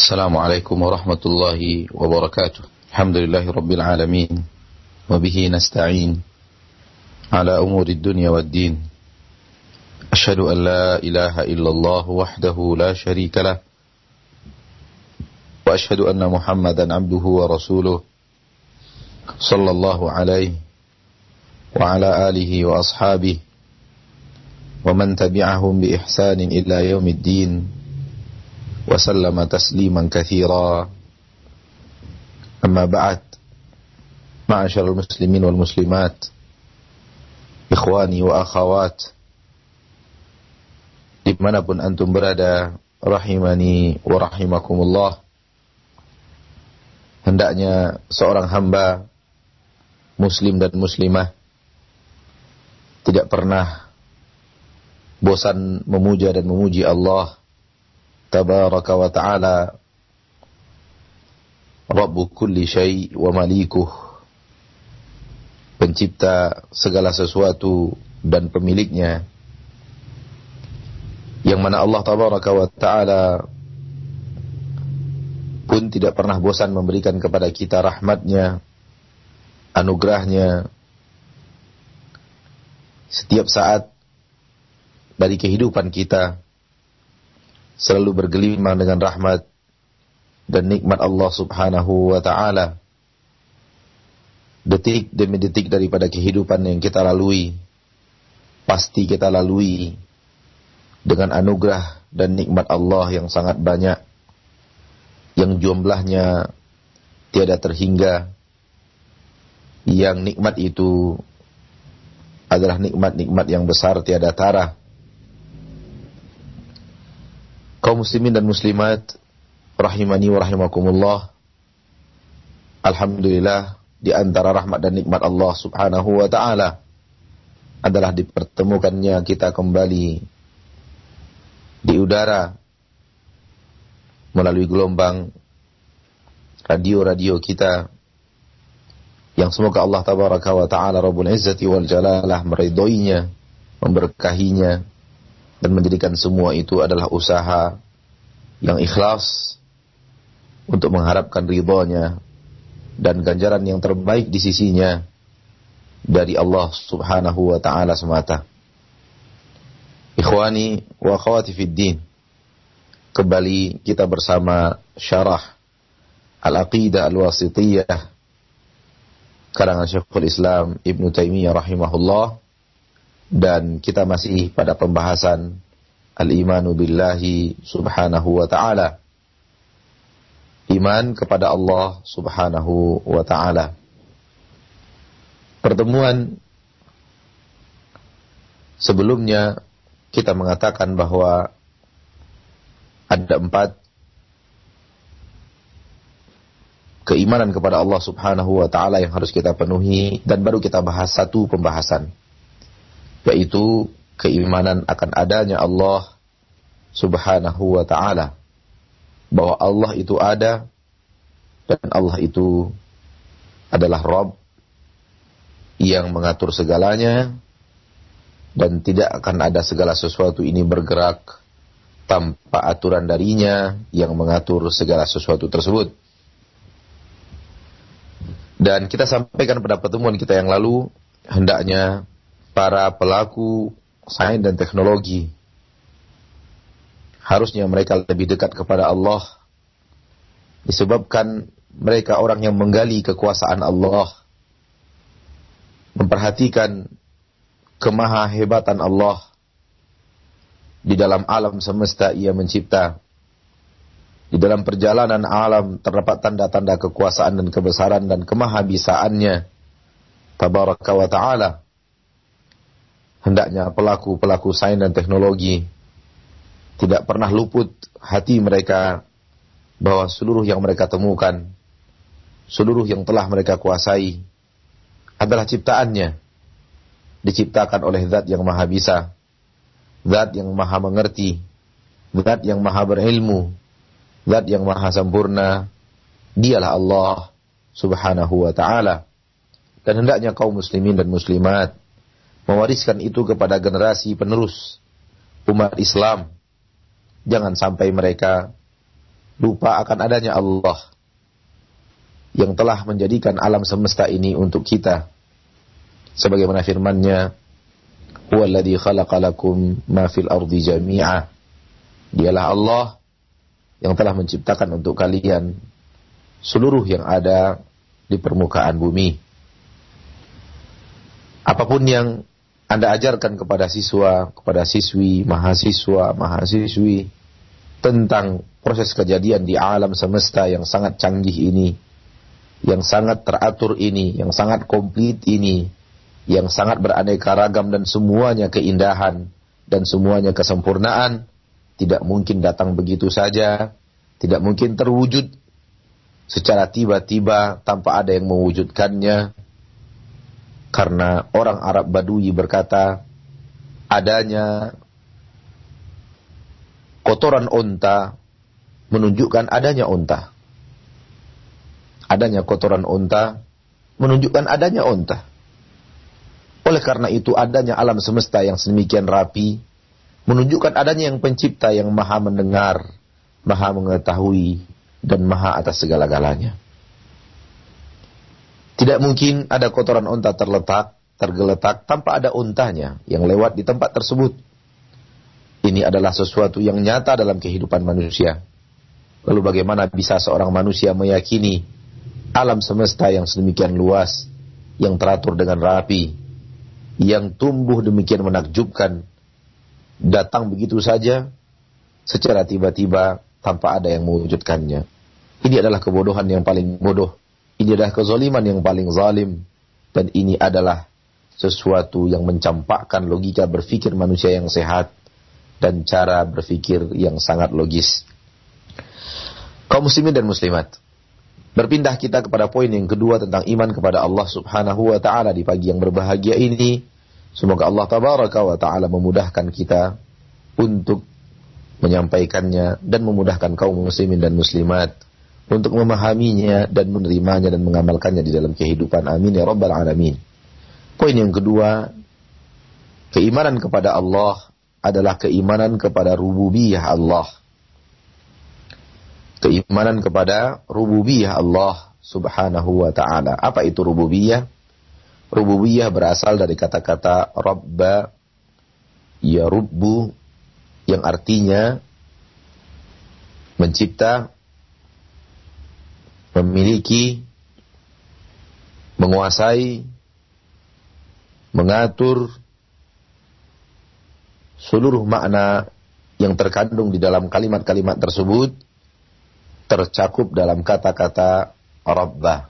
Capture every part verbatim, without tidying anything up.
السلام عليكم ورحمة الله وبركاته. الحمد لله رب العالمين وبه نستعين على أمور الدنيا والدين. أشهد أن لا إله إلا الله وحده لا شريك له وأشهد أن محمدا عبده ورسوله صلى الله عليه وعلى آله وأصحابه ومن تبعهم بإحسان إلى يوم الدين وسلم تسليما كثيرا. أما بعد، معاشر المسلمين والمسلمات، ikhwani wa akhawat, dimanapun antum berada, rahimani wa rahimakumullah. Hendaknya seorang hamba muslim dan muslimah tidak pernah bosan memuja dan memuji Allah Tabaraka wa ta'ala, Rabbu kulli syai' wa malikuh, pencipta segala sesuatu dan pemiliknya, yang mana Allah Tabaraka wa ta'ala pun tidak pernah bosan memberikan kepada kita rahmatnya, anugerahnya setiap saat dari kehidupan kita, selalu bergelimang dengan rahmat dan nikmat Allah Subhanahu wa ta'ala. Detik demi detik daripada kehidupan yang kita lalui, pasti kita lalui dengan anugerah dan nikmat Allah yang sangat banyak, yang jumlahnya tiada terhingga, yang nikmat itu adalah nikmat-nikmat yang besar tiada tara. Kaum muslimin dan muslimat, rahimani wa rahimakumullah. Alhamdulillah, di antara rahmat dan nikmat Allah Subhanahu wa ta'ala adalah dipertemukannya kita kembali di udara melalui gelombang radio-radio kita, yang semoga Allah Tabaraka wa ta'ala Rabbul Izzati wal Jalalah meridhoinya, memberkahinya, dan menjadikan semua itu adalah usaha yang ikhlas untuk mengharapkan ridhonya dan ganjaran yang terbaik di sisinya dari Allah Subhanahu wa ta'ala semata. Ikhwani wa akhwati fid din, kembali kita bersama syarah Al-Aqidah Al-Wasithiyah karangan Syekhul Islam Ibnu Taimiyah rahimahullah, dan kita masih pada pembahasan al-imanu billahi subhanahu wa ta'ala, iman kepada Allah subhanahu wa ta'ala. Pertemuan sebelumnya kita mengatakan bahwa ada empat keimanan kepada Allah subhanahu wa ta'ala yang harus kita penuhi, dan baru kita bahas satu pembahasan, yaitu keimanan akan adanya Allah subhanahu wa ta'ala, bahwa Allah itu ada dan Allah itu adalah Rabb yang mengatur segalanya, dan tidak akan ada segala sesuatu ini bergerak tanpa aturan darinya yang mengatur segala sesuatu tersebut. Dan kita sampaikan pada pertemuan kita yang lalu, hendaknya para pelaku sains dan teknologi harusnya mereka lebih dekat kepada Allah, disebabkan mereka orang yang menggali kekuasaan Allah, memperhatikan kemahahebatan Allah di dalam alam semesta Ia mencipta. Di dalam perjalanan alam terdapat tanda-tanda kekuasaan dan kebesaran dan kemahabisaannya Tabaraka wa ta'ala. Hendaknya pelaku-pelaku sains dan teknologi tidak pernah luput hati mereka bahwa seluruh yang mereka temukan, seluruh yang telah mereka kuasai adalah ciptaannya, diciptakan oleh Zat yang maha bisa, Zat yang maha mengerti, Zat yang maha berilmu, Zat yang maha sempurna. Dialah Allah subhanahu wa ta'ala. Dan hendaknya kaum muslimin dan muslimat mewariskan itu kepada generasi penerus umat Islam. Jangan sampai mereka lupa akan adanya Allah yang telah menjadikan alam semesta ini untuk kita. Sebagaimana firman-Nya, "Huwallazi khalaqalakum ma fil ardi jami'a." Dialah Allah yang telah menciptakan untuk kalian seluruh yang ada di permukaan bumi. Apapun yang Anda ajarkan kepada siswa, kepada siswi, mahasiswa, mahasiswi tentang proses kejadian di alam semesta yang sangat canggih ini, yang sangat teratur ini, yang sangat komplit ini, yang sangat beraneka ragam dan semuanya keindahan dan semuanya kesempurnaan, tidak mungkin datang begitu saja, tidak mungkin terwujud secara tiba-tiba tanpa ada yang mewujudkannya. Karena orang Arab Badui berkata, adanya kotoran onta menunjukkan adanya onta. Adanya kotoran onta menunjukkan adanya onta. Oleh karena itu adanya alam semesta yang sedemikian rapi menunjukkan adanya yang pencipta yang maha mendengar, maha mengetahui, dan maha atas segala-galanya. Tidak mungkin ada kotoran onta terletak, tergeletak tanpa ada ontanya yang lewat di tempat tersebut. Ini adalah sesuatu yang nyata dalam kehidupan manusia. Lalu bagaimana bisa seorang manusia meyakini alam semesta yang sedemikian luas, yang teratur dengan rapi, yang tumbuh demikian menakjubkan, datang begitu saja, secara tiba-tiba, tanpa ada yang mewujudkannya. Ini adalah kebodohan yang paling bodoh. Ini adalah kezaliman yang paling zalim. Dan ini adalah sesuatu yang mencampakkan logika berfikir manusia yang sehat dan cara berfikir yang sangat logis. Kaum muslimin dan muslimat, berpindah kita kepada poin yang kedua tentang iman kepada Allah Subhanahu wa ta'ala di pagi yang berbahagia ini. Semoga Allah Tabaraka wa ta'ala memudahkan kita untuk menyampaikannya dan memudahkan kaum muslimin dan muslimat untuk memahaminya dan menerimanya dan mengamalkannya di dalam kehidupan. Amin ya rabbal alamin. Poin yang kedua, keimanan kepada Allah adalah keimanan kepada rububiyah Allah. Keimanan kepada rububiyah Allah Subhanahu wa ta'ala. Apa itu rububiyah? Rububiyah berasal dari kata-kata Rabba, ya Rubbu, yang artinya mencipta, memiliki, menguasai, mengatur. Seluruh makna yang terkandung di dalam kalimat-kalimat tersebut tercakup dalam kata-kata Rabbah.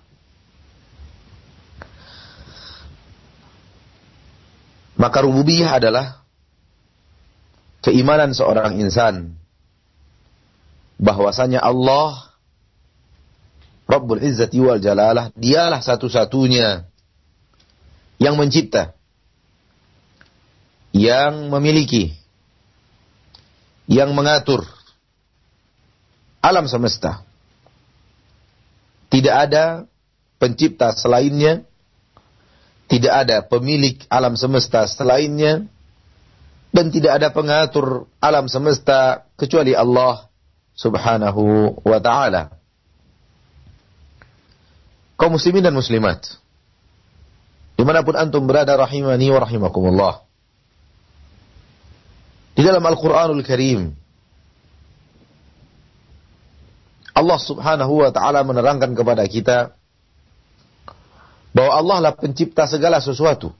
Maka rububiyah adalah keimanan seorang insan bahwasanya Allah Rabbul Izzati wal Jalalah, dialah satu-satunya yang mencipta, yang memiliki, yang mengatur alam semesta. Tidak ada pencipta selainnya, tidak ada pemilik alam semesta selainnya, dan tidak ada pengatur alam semesta kecuali Allah Subhanahu wa ta'ala. Kaum muslimin dan muslimat, dimanapun antum berada, rahimani wa rahimakumullah, di dalam Al-Quranul Karim Allah Subhanahu wa ta'ala menerangkan kepada kita bahwa Allah lah pencipta segala sesuatu.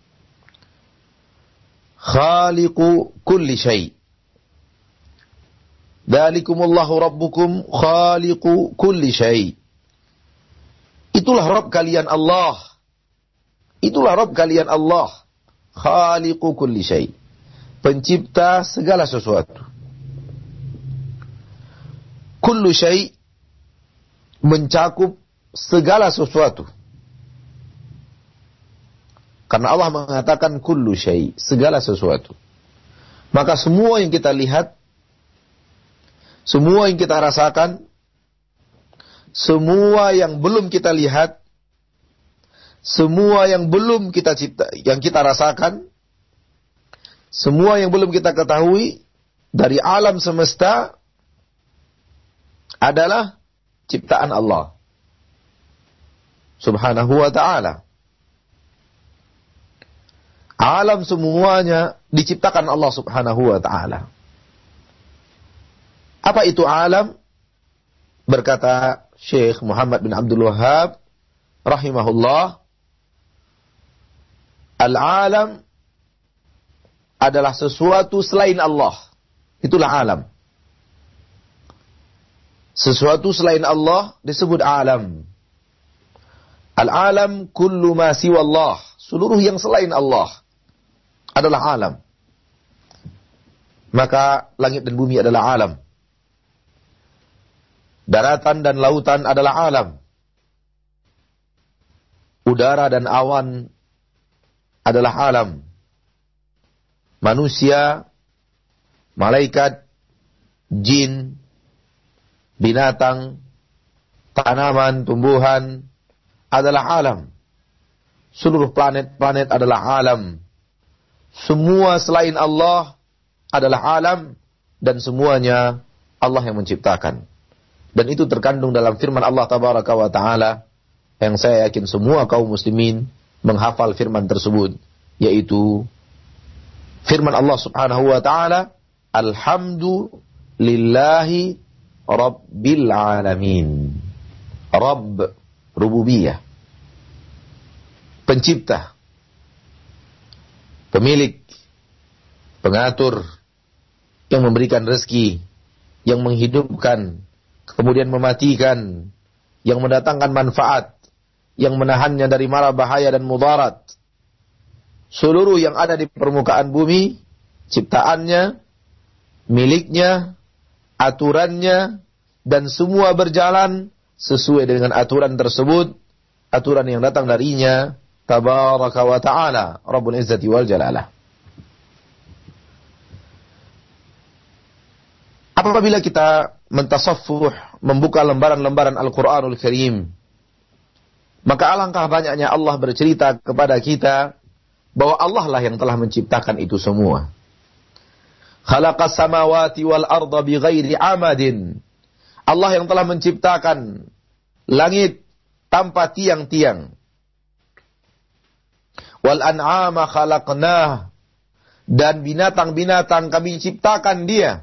Khaliqu kulli syai'. Dzalikumullahu rabbukum khaliqu kulli syai'. Itulah Rabb kalian Allah. Itulah Rabb kalian Allah. Khaliqu kulli syai'. Pencipta segala sesuatu. Kullu syai' mencakup segala sesuatu. Karena Allah mengatakan kullu syai', segala sesuatu. Maka semua yang kita lihat, semua yang kita rasakan, semua yang belum kita lihat, semua yang belum kita cipta, yang kita rasakan, semua yang belum kita ketahui dari alam semesta adalah ciptaan Allah Subhanahu wa ta'ala. Alam semuanya diciptakan Allah Subhanahu wa ta'ala. Apa itu alam? Berkata Syekh Muhammad bin Abdul Wahhab rahimahullah, al-alam adalah sesuatu selain Allah. Itulah alam. Sesuatu selain Allah disebut alam. Al-alam kullu ma siwa Allah. Seluruh yang selain Allah adalah alam. Maka langit dan bumi adalah alam. Daratan dan lautan adalah alam. Udara dan awan adalah alam. Manusia, malaikat, jin, binatang, tanaman, tumbuhan adalah alam. Seluruh planet-planet adalah alam. Semua selain Allah adalah alam, dan semuanya Allah yang menciptakan. Dan itu terkandung dalam firman Allah Tabaraka wa Ta'ala, yang saya yakin semua kaum muslimin menghafal firman tersebut, yaitu firman Allah Subhanahu wa Ta'ala, Alhamdulillahi Rabbil Alamin. Rabb, rububiyah, pencipta, pemilik, pengatur, yang memberikan rezeki, yang menghidupkan, kemudian mematikan, yang mendatangkan manfaat, yang menahannya dari mara bahaya dan mudarat. Seluruh yang ada di permukaan bumi, ciptaannya, miliknya, aturannya, dan semua berjalan sesuai dengan aturan tersebut, aturan yang datang darinya, Tabaraka wa Ta'ala, Rabbul Izzati wal Jalalah. Apabila kita mentasaffuh, membuka lembaran-lembaran Al-Quranul Karim, maka alangkah banyaknya Allah bercerita kepada kita bahwa Allah lah yang telah menciptakan itu semua. Khalaqas samawati wal arda bighairi amadin. Allah yang telah menciptakan langit tanpa tiang-tiang. Wal an'ama khalaqnah. Dan binatang-binatang kami ciptakan dia.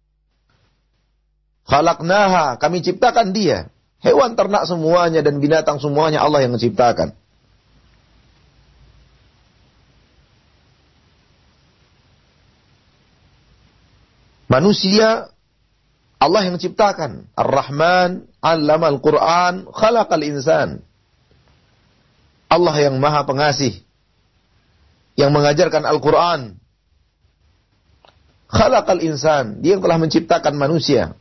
Khalaqnaha, kami ciptakan dia. Hewan ternak semuanya dan binatang semuanya Allah yang menciptakan. Manusia Allah yang ciptakan. Ar-Rahman 'allamal Qur'an, khalaqal insan. Allah yang Maha Pengasih, yang mengajarkan Al-Quran. Khalaqal insan, dia yang telah menciptakan manusia.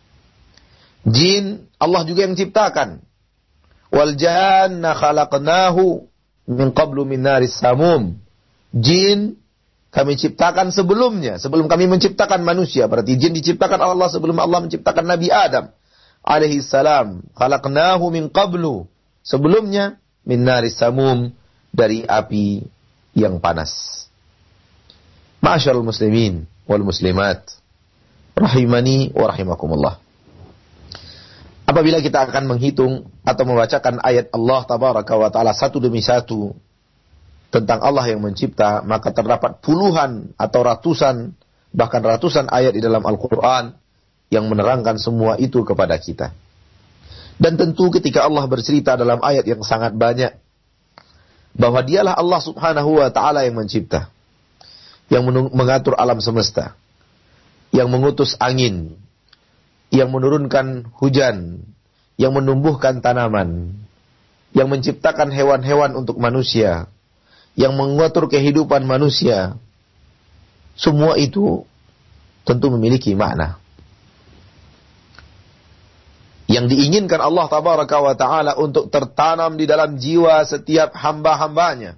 Jin, Allah juga yang ciptakan. Wal janna khalaqnahu min qablu min naris samum. Jin kami ciptakan sebelumnya, sebelum kami menciptakan manusia. Berarti jin diciptakan Allah sebelum Allah menciptakan Nabi Adam alaihi salam. Khalaqnahu min qablu, sebelumnya min naris samum, dari api yang panas. Ma'asyiral muslimin wal muslimat, rahimani wa rahimakumullah. Apabila kita akan menghitung atau membacakan ayat Allah Tabaraka wa Ta'ala satu demi satu tentang Allah yang mencipta, maka terdapat puluhan atau ratusan, bahkan ratusan ayat di dalam Al-Quran yang menerangkan semua itu kepada kita. Dan tentu ketika Allah bercerita dalam ayat yang sangat banyak bahwa dialah Allah Subhanahu wa Ta'ala yang mencipta, yang mengatur alam semesta, yang mengutus angin, yang menurunkan hujan, yang menumbuhkan tanaman, yang menciptakan hewan-hewan untuk manusia, yang mengatur kehidupan manusia, semua itu tentu memiliki makna. Yang diinginkan Allah Tabaraka wa Ta'ala untuk tertanam di dalam jiwa setiap hamba-hambanya.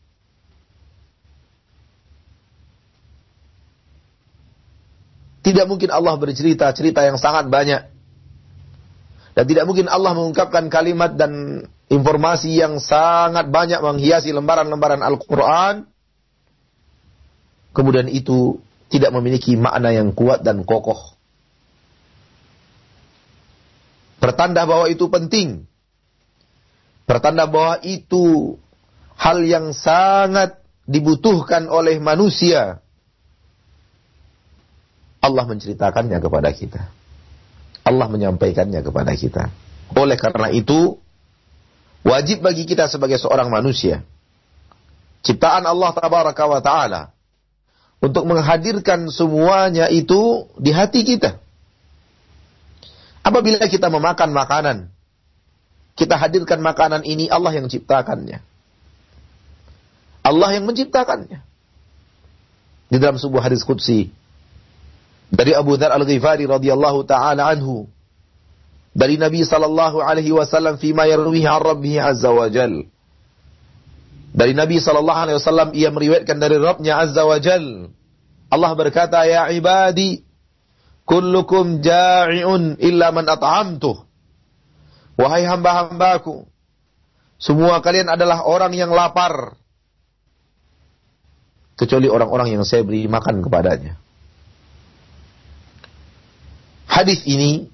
Tidak mungkin Allah bercerita cerita yang sangat banyak. Dan tidak mungkin Allah mengungkapkan kalimat dan informasi yang sangat banyak menghiasi lembaran-lembaran Al-Quran, kemudian itu tidak memiliki makna yang kuat dan kokoh. Pertanda bahwa itu penting. Pertanda bahwa itu hal yang sangat dibutuhkan oleh manusia. Allah menceritakannya kepada kita. Allah menyampaikannya kepada kita. Oleh karena itu, wajib bagi kita sebagai seorang manusia, ciptaan Allah Tabaraka wa Ta'ala, untuk menghadirkan semuanya itu di hati kita. Apabila kita memakan makanan, kita hadirkan makanan ini, Allah yang ciptakannya. Allah yang menciptakannya. Di dalam sebuah hadis qudsi dari Abu Dzar Al-Ghifari radhiyallahu taala anhu, dari Nabi sallallahu alaihi wasallam fima yarwihi an Rabbih azza wa jal. Dari Nabi sallallahu alaihi wasallam ia meriwayatkan dari Rabbnya azza wa jal. Allah berkata, ya ibadi, kullukum ja'iun illa man at'amtuh. Wahai hamba-hambaku, semua kalian adalah orang yang lapar, kecuali orang-orang yang saya beri makan kepadanya. Hadis ini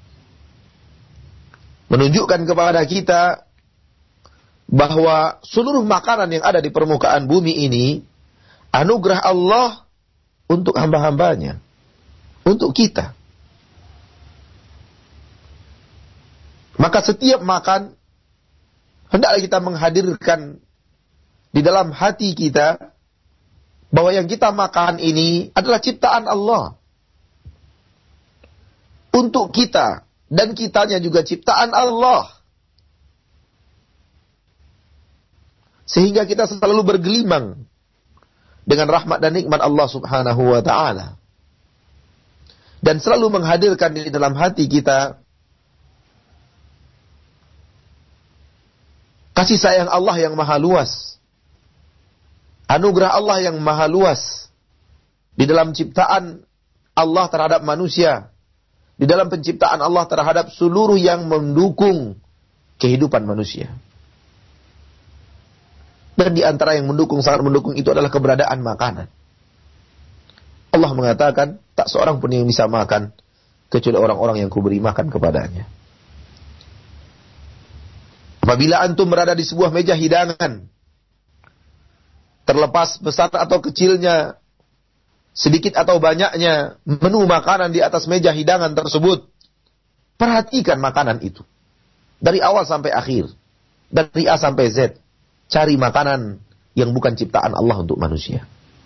menunjukkan kepada kita bahwa seluruh makanan yang ada di permukaan bumi ini anugerah Allah untuk hamba-hambanya, untuk kita. Maka setiap makan hendaklah kita menghadirkan di dalam hati kita bahwa yang kita makan ini adalah ciptaan Allah untuk kita, dan kitanya juga ciptaan Allah. Sehingga kita selalu bergelimang dengan rahmat dan nikmat Allah Subhanahu wa Ta'ala, dan selalu menghadirkan di dalam hati kita kasih sayang Allah yang maha luas, anugerah Allah yang maha luas di dalam ciptaan Allah terhadap manusia, di dalam penciptaan Allah terhadap seluruh yang mendukung kehidupan manusia. Dan di antara yang mendukung, sangat mendukung itu adalah keberadaan makanan. Allah mengatakan, tak seorang pun yang bisa makan kecuali orang-orang yang kuberi makan kepadanya. Apabila antum berada di sebuah meja hidangan, terlepas besar atau kecilnya, sedikit atau banyaknya menu makanan di atas meja hidangan tersebut, perhatikan makanan itu. Dari awal sampai akhir. Dari A sampai Z. Cari makanan yang bukan ciptaan Allah untuk manusia.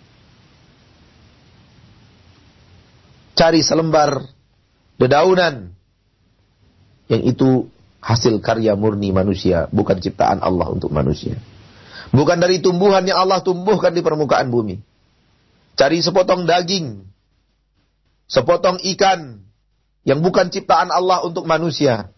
Cari selembar dedaunan yang itu hasil karya murni manusia, bukan ciptaan Allah untuk manusia. Bukan dari tumbuhan yang Allah tumbuhkan di permukaan bumi. Cari sepotong daging, sepotong ikan yang bukan ciptaan Allah untuk manusia.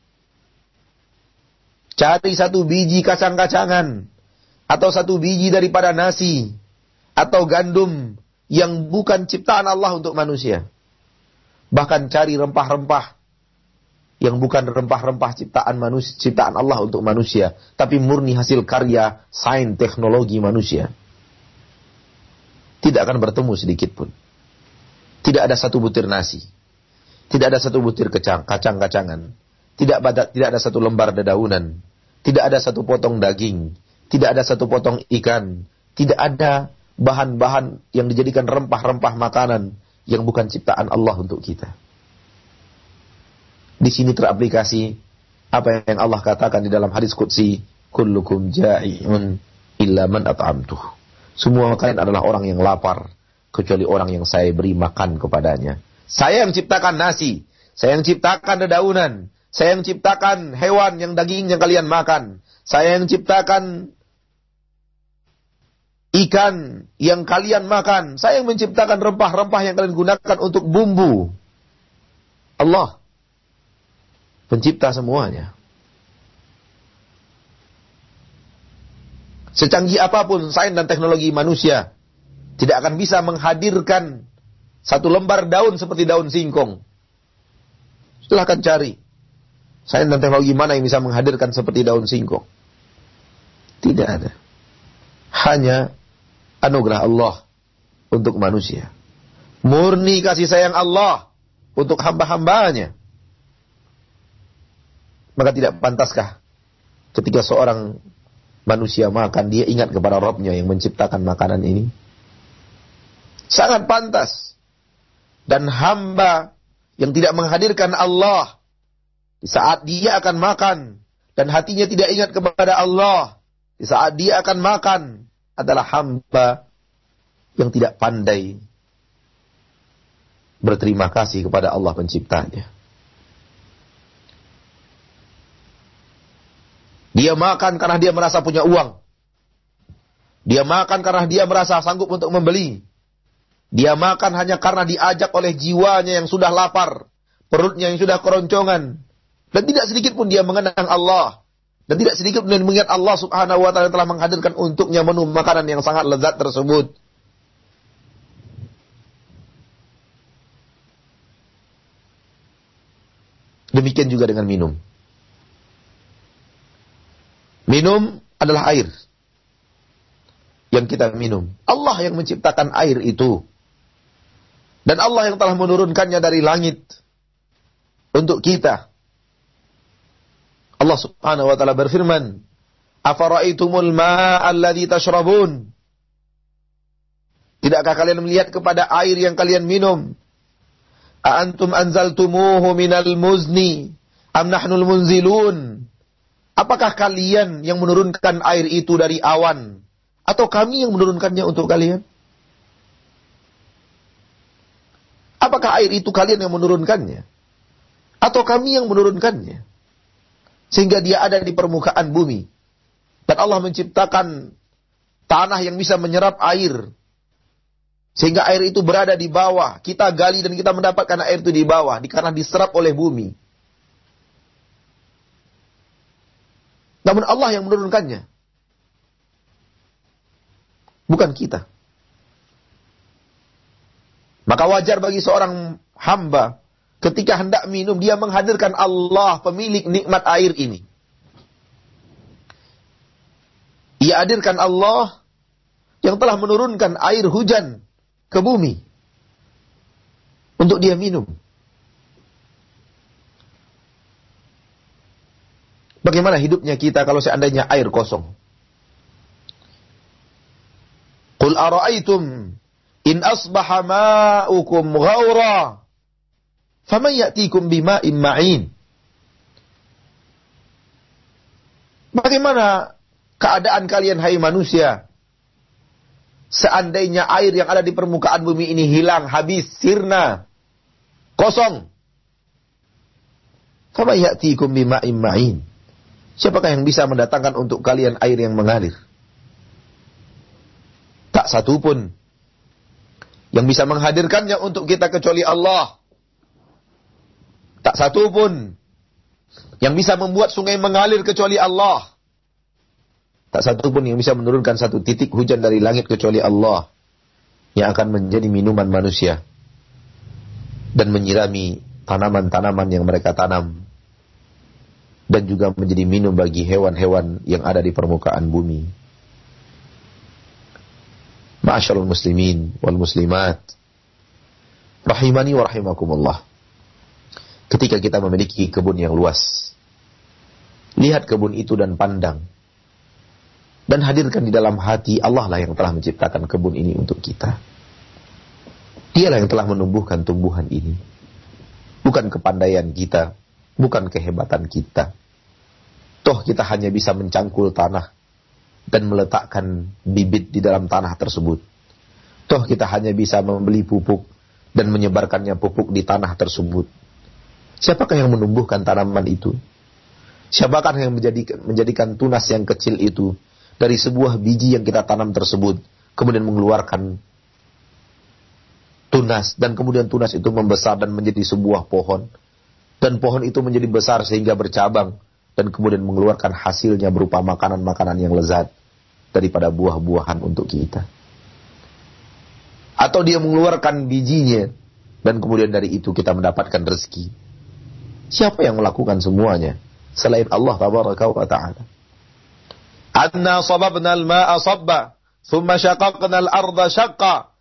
Cari satu biji kacang-kacangan, atau satu biji daripada nasi, atau gandum yang bukan ciptaan Allah untuk manusia. Bahkan cari rempah-rempah yang bukan rempah-rempah ciptaan manusia, ciptaan Allah untuk manusia, tapi murni hasil karya sains teknologi manusia. Tidak akan bertemu sedikit pun. Tidak ada satu butir nasi, tidak ada satu butir kacang, kacang-kacangan, tidak ada, tidak ada satu lembar dedaunan, tidak ada satu potong daging, tidak ada satu potong ikan, tidak ada bahan-bahan yang dijadikan rempah-rempah makanan yang bukan ciptaan Allah untuk kita. Di sini teraplikasi apa yang Allah katakan di dalam hadis qudsi, kullukum ja'iun illa man at'amtuh. Semua kalian adalah orang yang lapar kecuali orang yang saya beri makan kepadanya. Saya yang ciptakan nasi, saya yang ciptakan dedaunan, saya yang ciptakan hewan yang dagingnya kalian makan, saya yang ciptakan ikan yang kalian makan, saya yang menciptakan rempah-rempah yang kalian gunakan untuk bumbu. Allah pencipta semuanya. Secanggih apapun sains dan teknologi manusia tidak akan bisa menghadirkan satu lembar daun seperti daun singkong. Silahkan cari sains dan teknologi mana yang bisa menghadirkan seperti daun singkong. Tidak ada. Hanya anugerah Allah untuk manusia. Murni kasih sayang Allah untuk hamba-hambanya. Maka tidak pantaskah ketika seorang manusia makan, dia ingat kepada Rabb-Nya yang menciptakan makanan ini? Sangat pantas. Dan hamba yang tidak menghadirkan Allah di saat dia akan makan dan hatinya tidak ingat kepada Allah di saat dia akan makan adalah hamba yang tidak pandai berterima kasih kepada Allah penciptanya. Dia makan karena dia merasa punya uang. Dia makan karena dia merasa sanggup untuk membeli. Dia makan hanya karena diajak oleh jiwanya yang sudah lapar, perutnya yang sudah keroncongan. Dan tidak sedikit pun dia mengenang Allah. Dan tidak sedikit pun dia mengingat Allah subhanahu wa ta'ala telah menghadirkan untuknya menu makanan yang sangat lezat tersebut. Demikian juga dengan minum. Minum adalah air yang kita minum. Allah yang menciptakan air itu. Dan Allah yang telah menurunkannya dari langit untuk kita. Allah subhanahu wa ta'ala berfirman, "Afara'aitumul ma'a alladhi tashrabun?" Tidakkah kalian melihat kepada air yang kalian minum? "A'antum anzaltumuhu minal muzni am nahnul munzilun?" Apakah kalian yang menurunkan air itu dari awan? Atau kami yang menurunkannya untuk kalian? Apakah air itu kalian yang menurunkannya? Atau kami yang menurunkannya? Sehingga dia ada di permukaan bumi. Dan Allah menciptakan tanah yang bisa menyerap air. Sehingga air itu berada di bawah. Kita gali dan kita mendapatkan air itu di bawah. Karena diserap oleh bumi. Namun Allah yang menurunkannya. Bukan kita. Maka wajar bagi seorang hamba ketika hendak minum, dia menghadirkan Allah, pemilik nikmat air ini. Ia hadirkan Allah yang telah menurunkan air hujan ke bumi untuk dia minum. Bagaimana hidupnya kita kalau seandainya air kosong? Qul ara'aitum in asbaha ma'ukum ghaura faman ya'tikum bima'in ma'in. Bagaimana keadaan kalian hai manusia seandainya air yang ada di permukaan bumi ini hilang, habis, sirna, kosong? Faman ya'tikum bima'in ma'in. Siapakah yang bisa mendatangkan untuk kalian air yang mengalir? Tak satu pun yang bisa menghadirkannya untuk kita kecuali Allah. Tak satu pun yang bisa membuat sungai mengalir kecuali Allah. Tak satu pun yang bisa menurunkan satu titik hujan dari langit kecuali Allah. Yang akan menjadi minuman manusia. Dan menyirami tanaman-tanaman yang mereka tanam. Dan juga menjadi minum bagi hewan-hewan yang ada di permukaan bumi. Ma'asyarul muslimin wal muslimat, rahimani wa rahimakumullah. Ketika kita memiliki kebun yang luas, lihat kebun itu dan pandang. Dan hadirkan di dalam hati, Allah lah yang telah menciptakan kebun ini untuk kita. Dialah yang telah menumbuhkan tumbuhan ini. Bukan kepandaian kita, bukan kehebatan kita. Toh kita hanya bisa mencangkul tanah dan meletakkan bibit di dalam tanah tersebut. Toh kita hanya bisa membeli pupuk dan menyebarkannya pupuk di tanah tersebut. Siapakah yang menumbuhkan tanaman itu? Siapakah yang menjadikan, menjadikan tunas yang kecil itu dari sebuah biji yang kita tanam tersebut, kemudian mengeluarkan tunas, dan kemudian tunas itu membesar dan menjadi sebuah pohon, dan pohon itu menjadi besar sehingga bercabang, dan kemudian mengeluarkan hasilnya berupa makanan-makanan yang lezat daripada buah-buahan untuk kita. Atau dia mengeluarkan bijinya, dan kemudian dari itu kita mendapatkan rezeki. Siapa yang melakukan semuanya selain Allah tabaraka wa ta'ala? Anna sababna al-ma'a sabba, thumma syaqaqna al-arda syaqqa,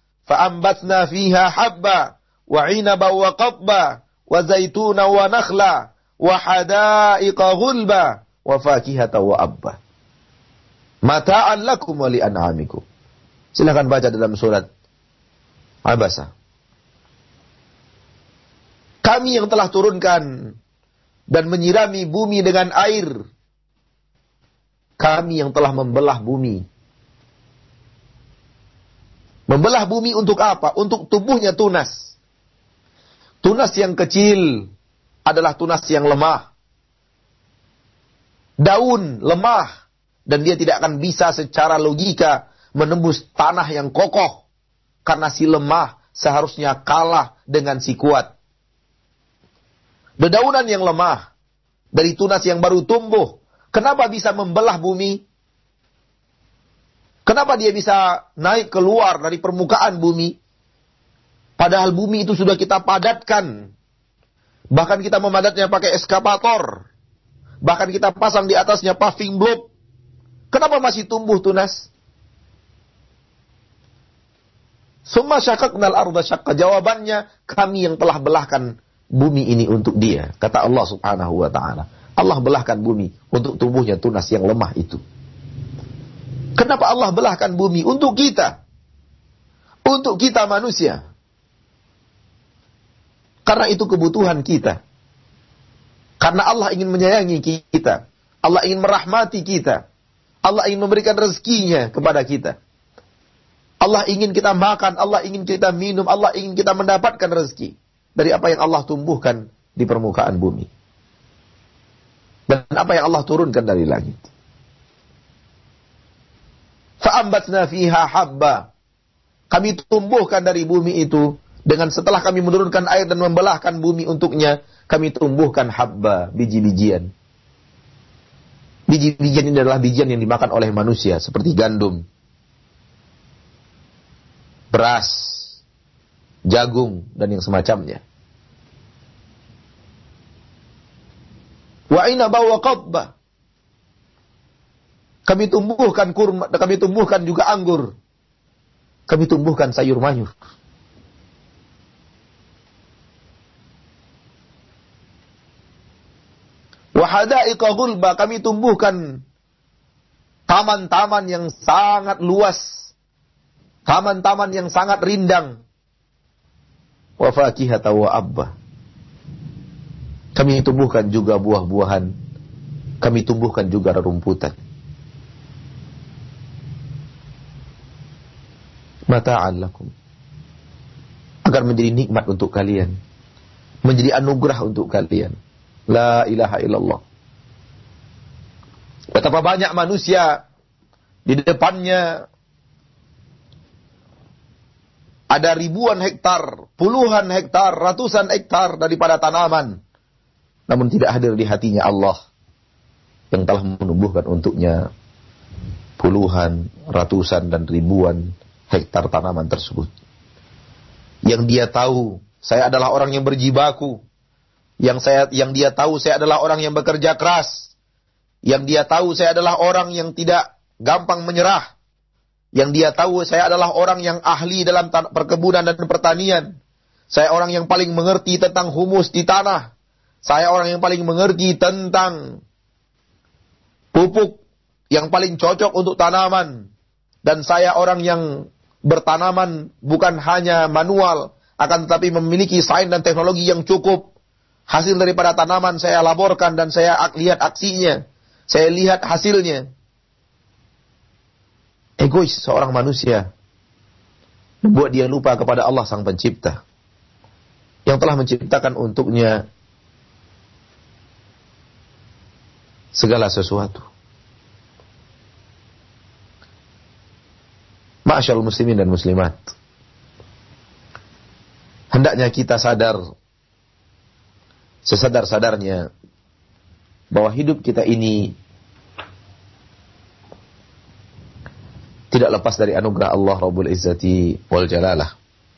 fa'ambatna fiha habba, wa 'inaba wa qatba, wa zaituna wa nakhla, wa hadaiqa ghulba wa fakihata wa abba. Mata'an lakum wa li'an'amikum. Silakan baca dalam surat Abasa. Kami yang telah turunkan dan menyirami bumi dengan air. Kami yang telah membelah bumi. Membelah bumi untuk apa? Untuk tumbuhnya tunas. Tunas yang kecil adalah tunas yang lemah. Daun lemah. Dan dia tidak akan bisa secara logika menembus tanah yang kokoh. Karena si lemah seharusnya kalah dengan si kuat. Dedaunan yang lemah dari tunas yang baru tumbuh. Kenapa bisa membelah bumi? Kenapa dia bisa naik keluar dari permukaan bumi? Padahal bumi itu sudah kita padatkan. Bahkan kita memadatnya pakai eskavator. Bahkan kita pasang di atasnya paving block. Kenapa masih tumbuh tunas? Summa syaqaqnal arda syaqqa. Jawabannya, kami yang telah belahkan bumi ini untuk dia. Kata Allah subhanahu wa ta'ala. Allah belahkan bumi untuk tumbuhnya tunas yang lemah itu. Kenapa Allah belahkan bumi? Untuk kita. Untuk kita manusia. Karena itu kebutuhan kita. Karena Allah ingin menyayangi kita. Allah ingin merahmati kita. Allah ingin memberikan rezekinya kepada kita. Allah ingin kita makan, Allah ingin kita minum, Allah ingin kita mendapatkan rezeki dari apa yang Allah tumbuhkan di permukaan bumi. Dan apa yang Allah turunkan dari langit. Fa'ambatna fiha habba. Kami tumbuhkan dari bumi itu, dengan setelah kami menurunkan air dan membelahkan bumi untuknya, kami tumbuhkan habba, biji-bijian. Biji-bijian ini adalah bijian yang dimakan oleh manusia, seperti gandum, beras, jagung, dan yang semacamnya. Wa inaba wa qadba. Kami tumbuhkan kurma, kami tumbuhkan juga anggur. Kami tumbuhkan sayur mayur. Wa hadaiqa ghulba, kami tumbuhkan taman-taman yang sangat luas. Taman-taman yang sangat rindang. Wa fakihata wa abba. Kami tumbuhkan juga buah-buahan. Kami tumbuhkan juga rerumputan. Mata'an lakum. Agar menjadi nikmat untuk kalian. Menjadi anugerah untuk kalian. La ilaha illallah. Betapa banyak manusia di depannya ada ribuan hektar, puluhan hektar, ratusan hektar daripada tanaman. Namun tidak hadir di hatinya Allah yang telah menumbuhkan untuknya puluhan, ratusan, dan ribuan hektar tanaman tersebut. Yang dia tahu, saya adalah orang yang berjibaku. Yang saya, yang dia tahu, saya adalah orang yang bekerja keras. Yang dia tahu, saya adalah orang yang tidak gampang menyerah. Yang dia tahu, saya adalah orang yang ahli dalam perkebunan dan pertanian. Saya orang yang paling mengerti tentang humus di tanah. Saya orang yang paling mengerti tentang pupuk yang paling cocok untuk tanaman. Dan saya orang yang bertanaman bukan hanya manual, akan tetapi memiliki sains dan teknologi yang cukup. Hasil daripada tanaman saya laborkan dan saya lihat aksinya. Saya lihat hasilnya. Egois seorang manusia membuat dia lupa kepada Allah Sang Pencipta yang telah menciptakan untuknya segala sesuatu. Ma'asyarul muslimin dan muslimat, hendaknya kita sadar sesadar-sadarnya bahwa hidup kita ini tidak lepas dari anugerah Allah Rabbul Izzati wal Jalalah.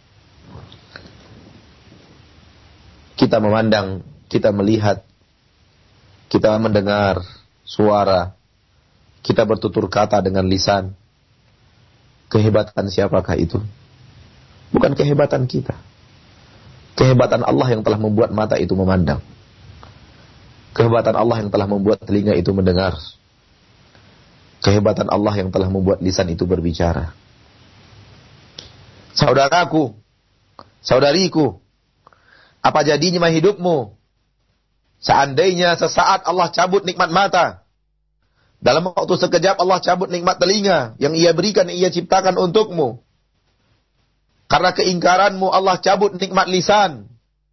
Kita memandang, kita melihat, kita mendengar suara, kita bertutur kata dengan lisan. Kehebatan siapakah itu? Bukan kehebatan kita. Kehebatan Allah yang telah membuat mata itu memandang. Kehebatan Allah yang telah membuat telinga itu mendengar. Kehebatan Allah yang telah membuat lisan itu berbicara. Saudaraku, saudariku, apa jadinya hidupmu seandainya sesaat Allah cabut nikmat mata? Dalam waktu sekejap Allah cabut nikmat telinga yang ia berikan, yang ia ciptakan untukmu. Karena keingkaranmu Allah cabut nikmat lisan.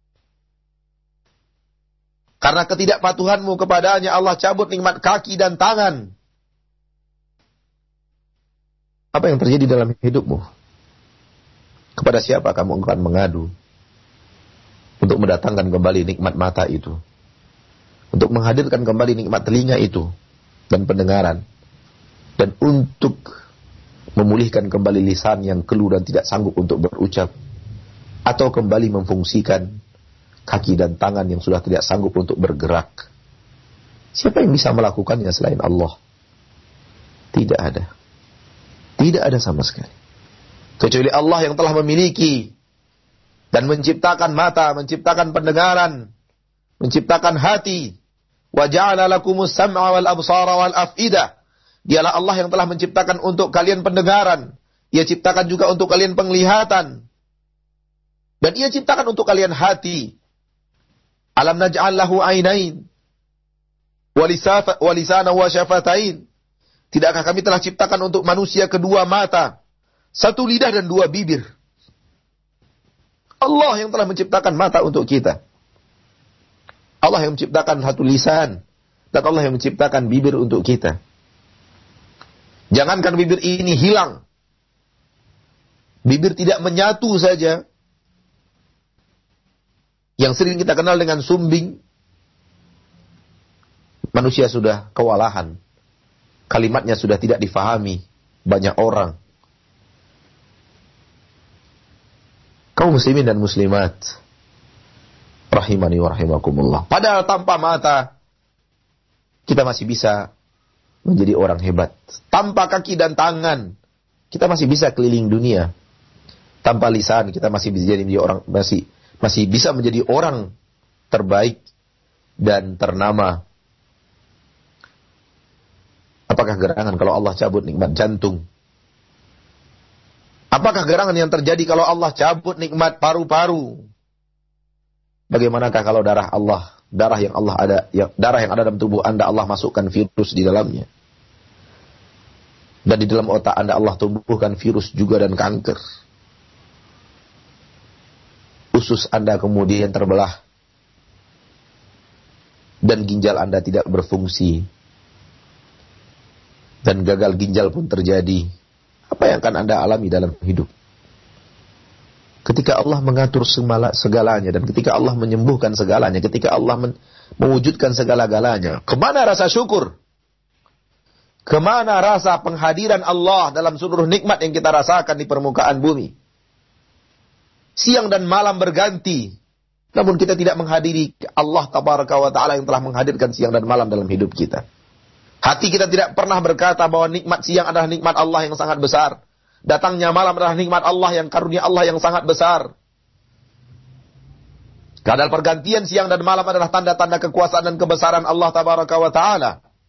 Karena ketidakpatuhanmu kepadanya Allah cabut nikmat kaki dan tangan. Apa yang terjadi dalam hidupmu? Kepada siapa kamu akan mengadu untuk mendatangkan kembali nikmat mata itu? Untuk menghadirkan kembali nikmat telinga itu dan pendengaran. Dan untuk memulihkan kembali lisan yang keluh dan tidak sanggup untuk berucap. Atau kembali memfungsikan kaki dan tangan yang sudah tidak sanggup untuk bergerak. Siapa yang bisa melakukannya selain Allah? Tidak ada. Tidak ada sama sekali. Kecuali Allah yang telah memiliki dan menciptakan mata, menciptakan pendengaran, menciptakan hati. Wa ja'ala lakumus sam'a wal absara wal af'idah. Dialah Allah yang telah menciptakan untuk kalian pendengaran. Ia ciptakan juga untuk kalian penglihatan. Dan ia ciptakan untuk kalian hati. Alam naj'al lahu ainain wa lisana wa syafatain. Tidakkah kami telah ciptakan untuk manusia kedua mata, satu lidah dan dua bibir? Allah yang telah menciptakan mata untuk kita. Allah yang menciptakan satu lisan dan Allah yang menciptakan bibir untuk kita. Jangankan bibir ini hilang, bibir tidak menyatu saja, yang sering kita kenal dengan sumbing, manusia sudah kewalahan. Kalimatnya sudah tidak difahami banyak orang. Kaum muslimin dan muslimat, rahimani wa rahimakumullah. Padahal tanpa mata, kita masih bisa menjadi orang hebat. Tanpa kaki dan tangan, kita masih bisa keliling dunia. Tanpa lisan, kita masih bisa jadi orang masih masih bisa menjadi orang terbaik dan ternama. Apakah gerangan kalau Allah cabut nikmat jantung? Apakah gerangan yang terjadi kalau Allah cabut nikmat paru-paru? Bagaimanakah kalau darah Allah, darah yang Allah ada, yang, darah yang ada dalam tubuh Anda, Allah masukkan virus di dalamnya. Dan di dalam otak Anda Allah tumbuhkan virus juga dan kanker. Usus Anda kemudian terbelah. Dan ginjal Anda tidak berfungsi. Dan gagal ginjal pun terjadi. Apa yang akan Anda alami dalam hidup? Ketika Allah mengatur segalanya dan ketika Allah menyembuhkan segalanya, ketika Allah men- mewujudkan segala-galanya, kemana rasa syukur? Kemana rasa penghadiran Allah dalam seluruh nikmat yang kita rasakan di permukaan bumi? Siang dan malam berganti, namun kita tidak menghadiri Allah Tabaraka wa Ta'ala yang telah menghadirkan siang dan malam dalam hidup kita. Hati kita tidak pernah berkata bahwa nikmat siang adalah nikmat Allah yang sangat besar. Datangnya malam adalah nikmat Allah yang karunia Allah yang sangat besar. Kadang pergantian siang dan malam adalah tanda-tanda kekuasaan dan kebesaran Allah Tabaraka wa Ta'ala.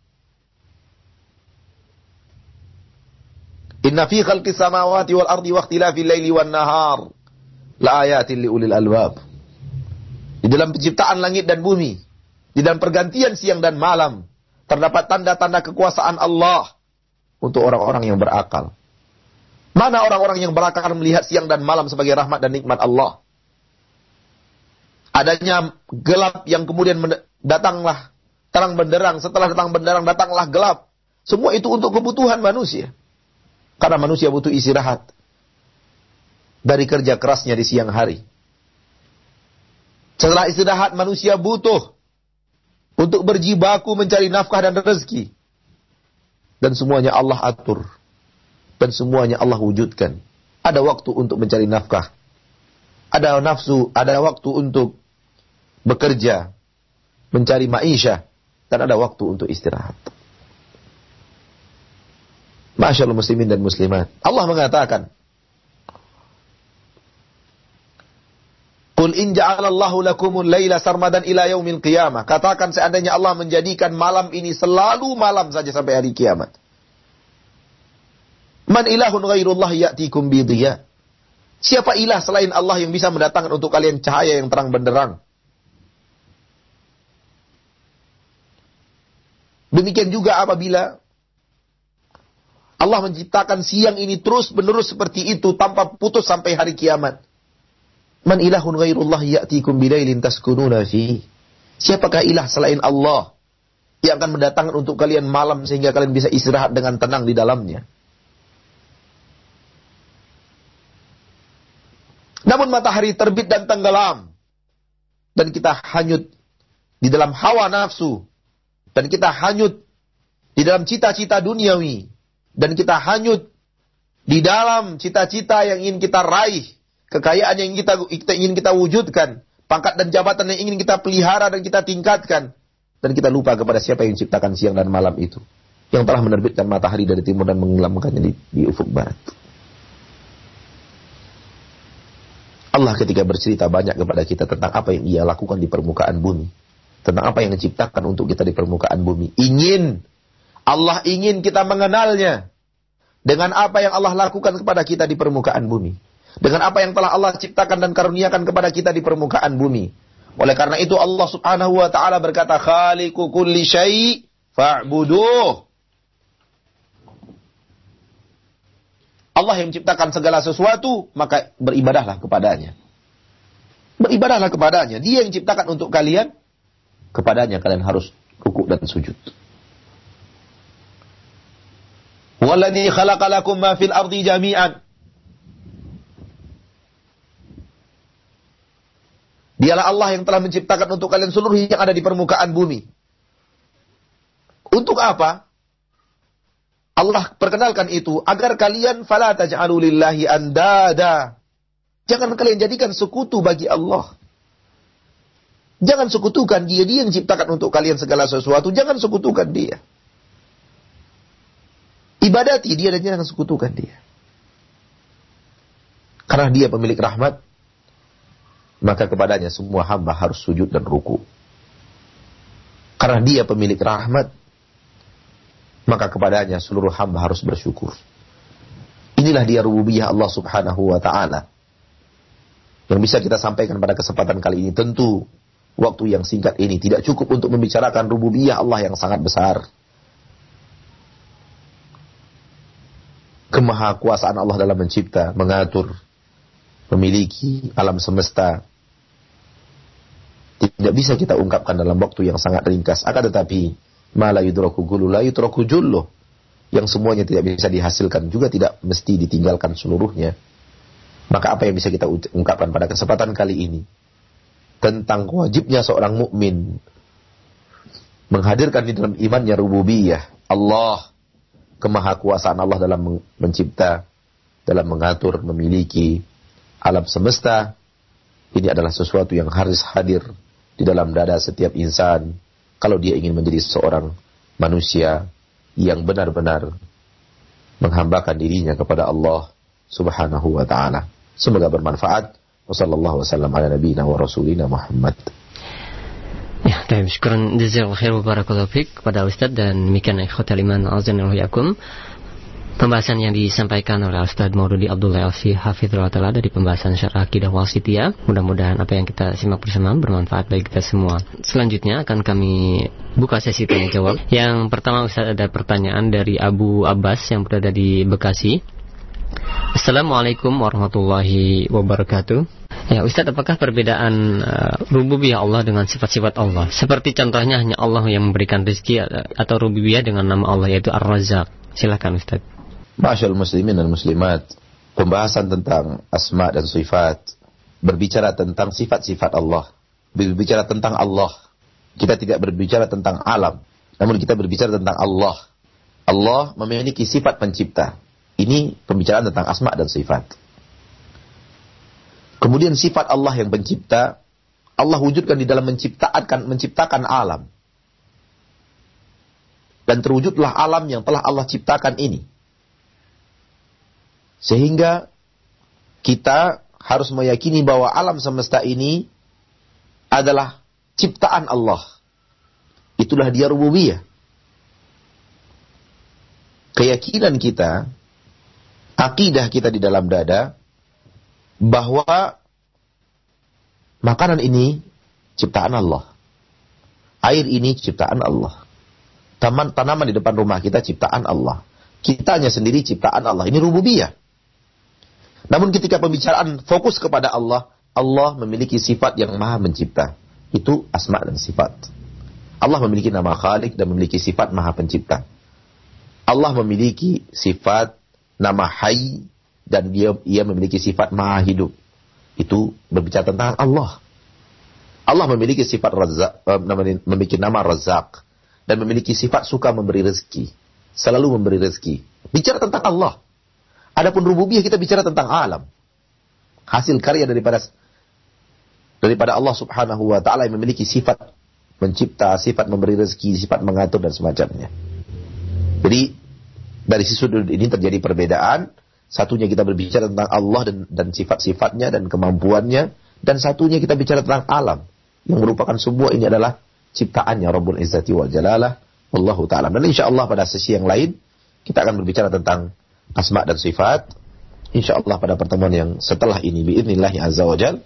Inna fi khalqis samawati wal ardi wa ikhtilafil laili wan nahar la ayatin li ulil albab. Di dalam penciptaan langit dan bumi, di dalam pergantian siang dan malam, terdapat tanda-tanda kekuasaan Allah untuk orang-orang yang berakal. Mana orang-orang yang berakal melihat siang dan malam sebagai rahmat dan nikmat Allah? Adanya gelap yang kemudian datanglah terang benderang. Setelah datang benderang, datanglah gelap. Semua itu untuk kebutuhan manusia. Karena manusia butuh istirahat dari kerja kerasnya di siang hari. Setelah istirahat, manusia butuh untuk berjibaku mencari nafkah dan rezeki. Dan semuanya Allah atur. Dan semuanya Allah wujudkan. Ada waktu untuk mencari nafkah. Ada nafsu, ada waktu untuk bekerja. Mencari ma'isyah. Dan ada waktu untuk istirahat. Masyaallah muslimin dan muslimat. Allah mengatakan, Qul Qul in ja'alallahu lakumul laila sarmadan ila yaumil qiyamah. Katakan seandainya Allah menjadikan malam ini selalu malam saja sampai hari kiamat. Man ilahun ghairullah ya'tikum bidhiya. Siapa ilah selain Allah yang bisa mendatangkan untuk kalian cahaya yang terang benderang? Demikian juga apabila Allah menciptakan siang ini terus menerus seperti itu tanpa putus sampai hari kiamat. Man ilahun ghairullah ya'tikum bilailin taskununa fi. Siapakah ilah selain Allah yang akan mendatangkan untuk kalian malam sehingga kalian bisa istirahat dengan tenang di dalamnya? Namun matahari terbit dan tenggelam dan kita hanyut di dalam hawa nafsu dan kita hanyut di dalam cita-cita duniawi dan kita hanyut di dalam cita-cita yang ingin kita raih, kekayaan yang kita, kita ingin kita wujudkan, pangkat dan jabatan yang ingin kita pelihara dan kita tingkatkan. Dan kita lupa kepada siapa yang menciptakan siang dan malam itu, yang telah menerbitkan matahari dari timur dan menenggelamkannya di, di ufuk barat. Allah ketika bercerita banyak kepada kita tentang apa yang ia lakukan di permukaan bumi, tentang apa yang diciptakan untuk kita di permukaan bumi. Ingin, Allah ingin kita mengenalnya dengan apa yang Allah lakukan kepada kita di permukaan bumi, dengan apa yang telah Allah ciptakan dan karuniakan kepada kita di permukaan bumi. Oleh karena itu Allah Subhanahu wa taala berkata, khaliqu kulli syai' fa'buduh. Allah yang menciptakan segala sesuatu, maka beribadahlah kepadanya. Beribadahlah kepadanya. Dia yang menciptakan untuk kalian, kepadanya kalian harus rukuk dan sujud. Walladzi khalaqa lakum ma fil ardi jami'an. Dialah Allah yang telah menciptakan untuk kalian seluruh yang ada di permukaan bumi. Untuk apa? Allah perkenalkan itu agar kalian fala taj'alu lillahi andada. Jangan kalian jadikan sekutu bagi Allah. Jangan sekutukan dia, dia yang ciptakan untuk kalian segala sesuatu, jangan sekutukan dia. Ibadati dia dan jangan sekutukan dia. Karena dia pemilik rahmat, maka kepadanya semua hamba harus sujud dan ruku. Karena dia pemilik rahmat, maka kepadanya seluruh hamba harus bersyukur. Inilah dia rububiyah Allah Subhanahu wa ta'ala yang bisa kita sampaikan pada kesempatan kali ini. Tentu waktu yang singkat ini tidak cukup untuk membicarakan rububiyah Allah yang sangat besar, kemahakuasaan Allah dalam mencipta, mengatur, memiliki alam semesta. Tidak bisa kita ungkapkan dalam waktu yang sangat ringkas. Akan tetapi ma la yudraku gulu la yudraku julluh, yang semuanya tidak bisa dihasilkan juga tidak mesti ditinggalkan seluruhnya. Maka apa yang bisa kita ungkapkan pada kesempatan kali ini tentang wajibnya seorang mukmin menghadirkan di dalam imannya rububiyah Allah, kemahakuasaan Allah dalam mencipta, dalam mengatur, memiliki alam semesta. Ini adalah sesuatu yang harus hadir di dalam dada setiap insan kalau dia ingin menjadi seorang manusia yang benar-benar menghambakan dirinya kepada Allah Subhanahu wa ta'ala. Semoga bermanfaat. Wassallallahu wasallam ala nabiyina wa rasulina Muhammad. Ya, baik, syukran jazakallahu khair wa barakallahu fiik kepada Ustaz, dan demikian ikhwatal iman azanillahu yakum. Pembahasan yang disampaikan oleh Ustaz Maududi Abdullah Alfi Hafizullah Ta'ala dari pembahasan syarah akidah wasithiyah. Mudah-mudahan apa yang kita simak bersama bermanfaat bagi kita semua. Selanjutnya akan kami buka sesi tanya jawab. Yang pertama Ustaz, ada pertanyaan dari Abu Abbas yang berada di Bekasi. Assalamualaikum warahmatullahi wabarakatuh. Ya Ustaz, apakah perbedaan uh, rububiyah Allah dengan sifat-sifat Allah? Seperti contohnya hanya Allah yang memberikan rezeki, atau rububiyah dengan nama Allah yaitu Ar-Razzaq. Silakan Ustaz. Ma'asyarul muslimin dan muslimat, pembahasan tentang asma dan sifat berbicara tentang sifat-sifat Allah, berbicara tentang Allah. Kita tidak berbicara tentang alam, namun kita berbicara tentang Allah. Allah memiliki sifat pencipta. Ini pembicaraan tentang asma dan sifat. Kemudian sifat Allah yang pencipta, Allah wujudkan di dalam menciptakan menciptakan alam. Dan terwujudlah alam yang telah Allah ciptakan ini. Sehingga kita harus meyakini bahwa alam semesta ini adalah ciptaan Allah. Itulah dia rububiyah. Keyakinan kita, akidah kita di dalam dada, bahwa makanan ini ciptaan Allah. Air ini ciptaan Allah. Taman, tanaman di depan rumah kita ciptaan Allah. Kitanya sendiri ciptaan Allah. Ini rububiyah. Namun ketika pembicaraan fokus kepada Allah, Allah memiliki sifat yang maha mencipta. Itu asma dan sifat. Allah memiliki nama Khalik dan memiliki sifat maha pencipta. Allah memiliki sifat nama Hayy dan dia, ia memiliki sifat maha hidup. Itu berbicara tentang Allah. Allah memiliki sifat Razzaq, memiliki nama Razzaq dan memiliki sifat suka memberi rezeki, selalu memberi rezeki. Bicara tentang Allah. Adapun rububiyah kita bicara tentang alam. Hasil karya daripada daripada Allah Subhanahu wa taala yang memiliki sifat mencipta, sifat memberi rezeki, sifat mengatur dan semacamnya. Jadi dari sisi sudut ini terjadi perbedaan. Satunya kita berbicara tentang Allah dan, dan sifat-sifatnya dan kemampuannya, dan satunya kita bicara tentang alam yang merupakan semua ini adalah ciptaannya Rabbul Izzati wal Jalalah. Wallahu ta'ala. Dan insyaallah pada sesi yang lain kita akan berbicara tentang asma dan sifat. Insyaallah pada pertemuan yang setelah ini biidznillah azza wajal.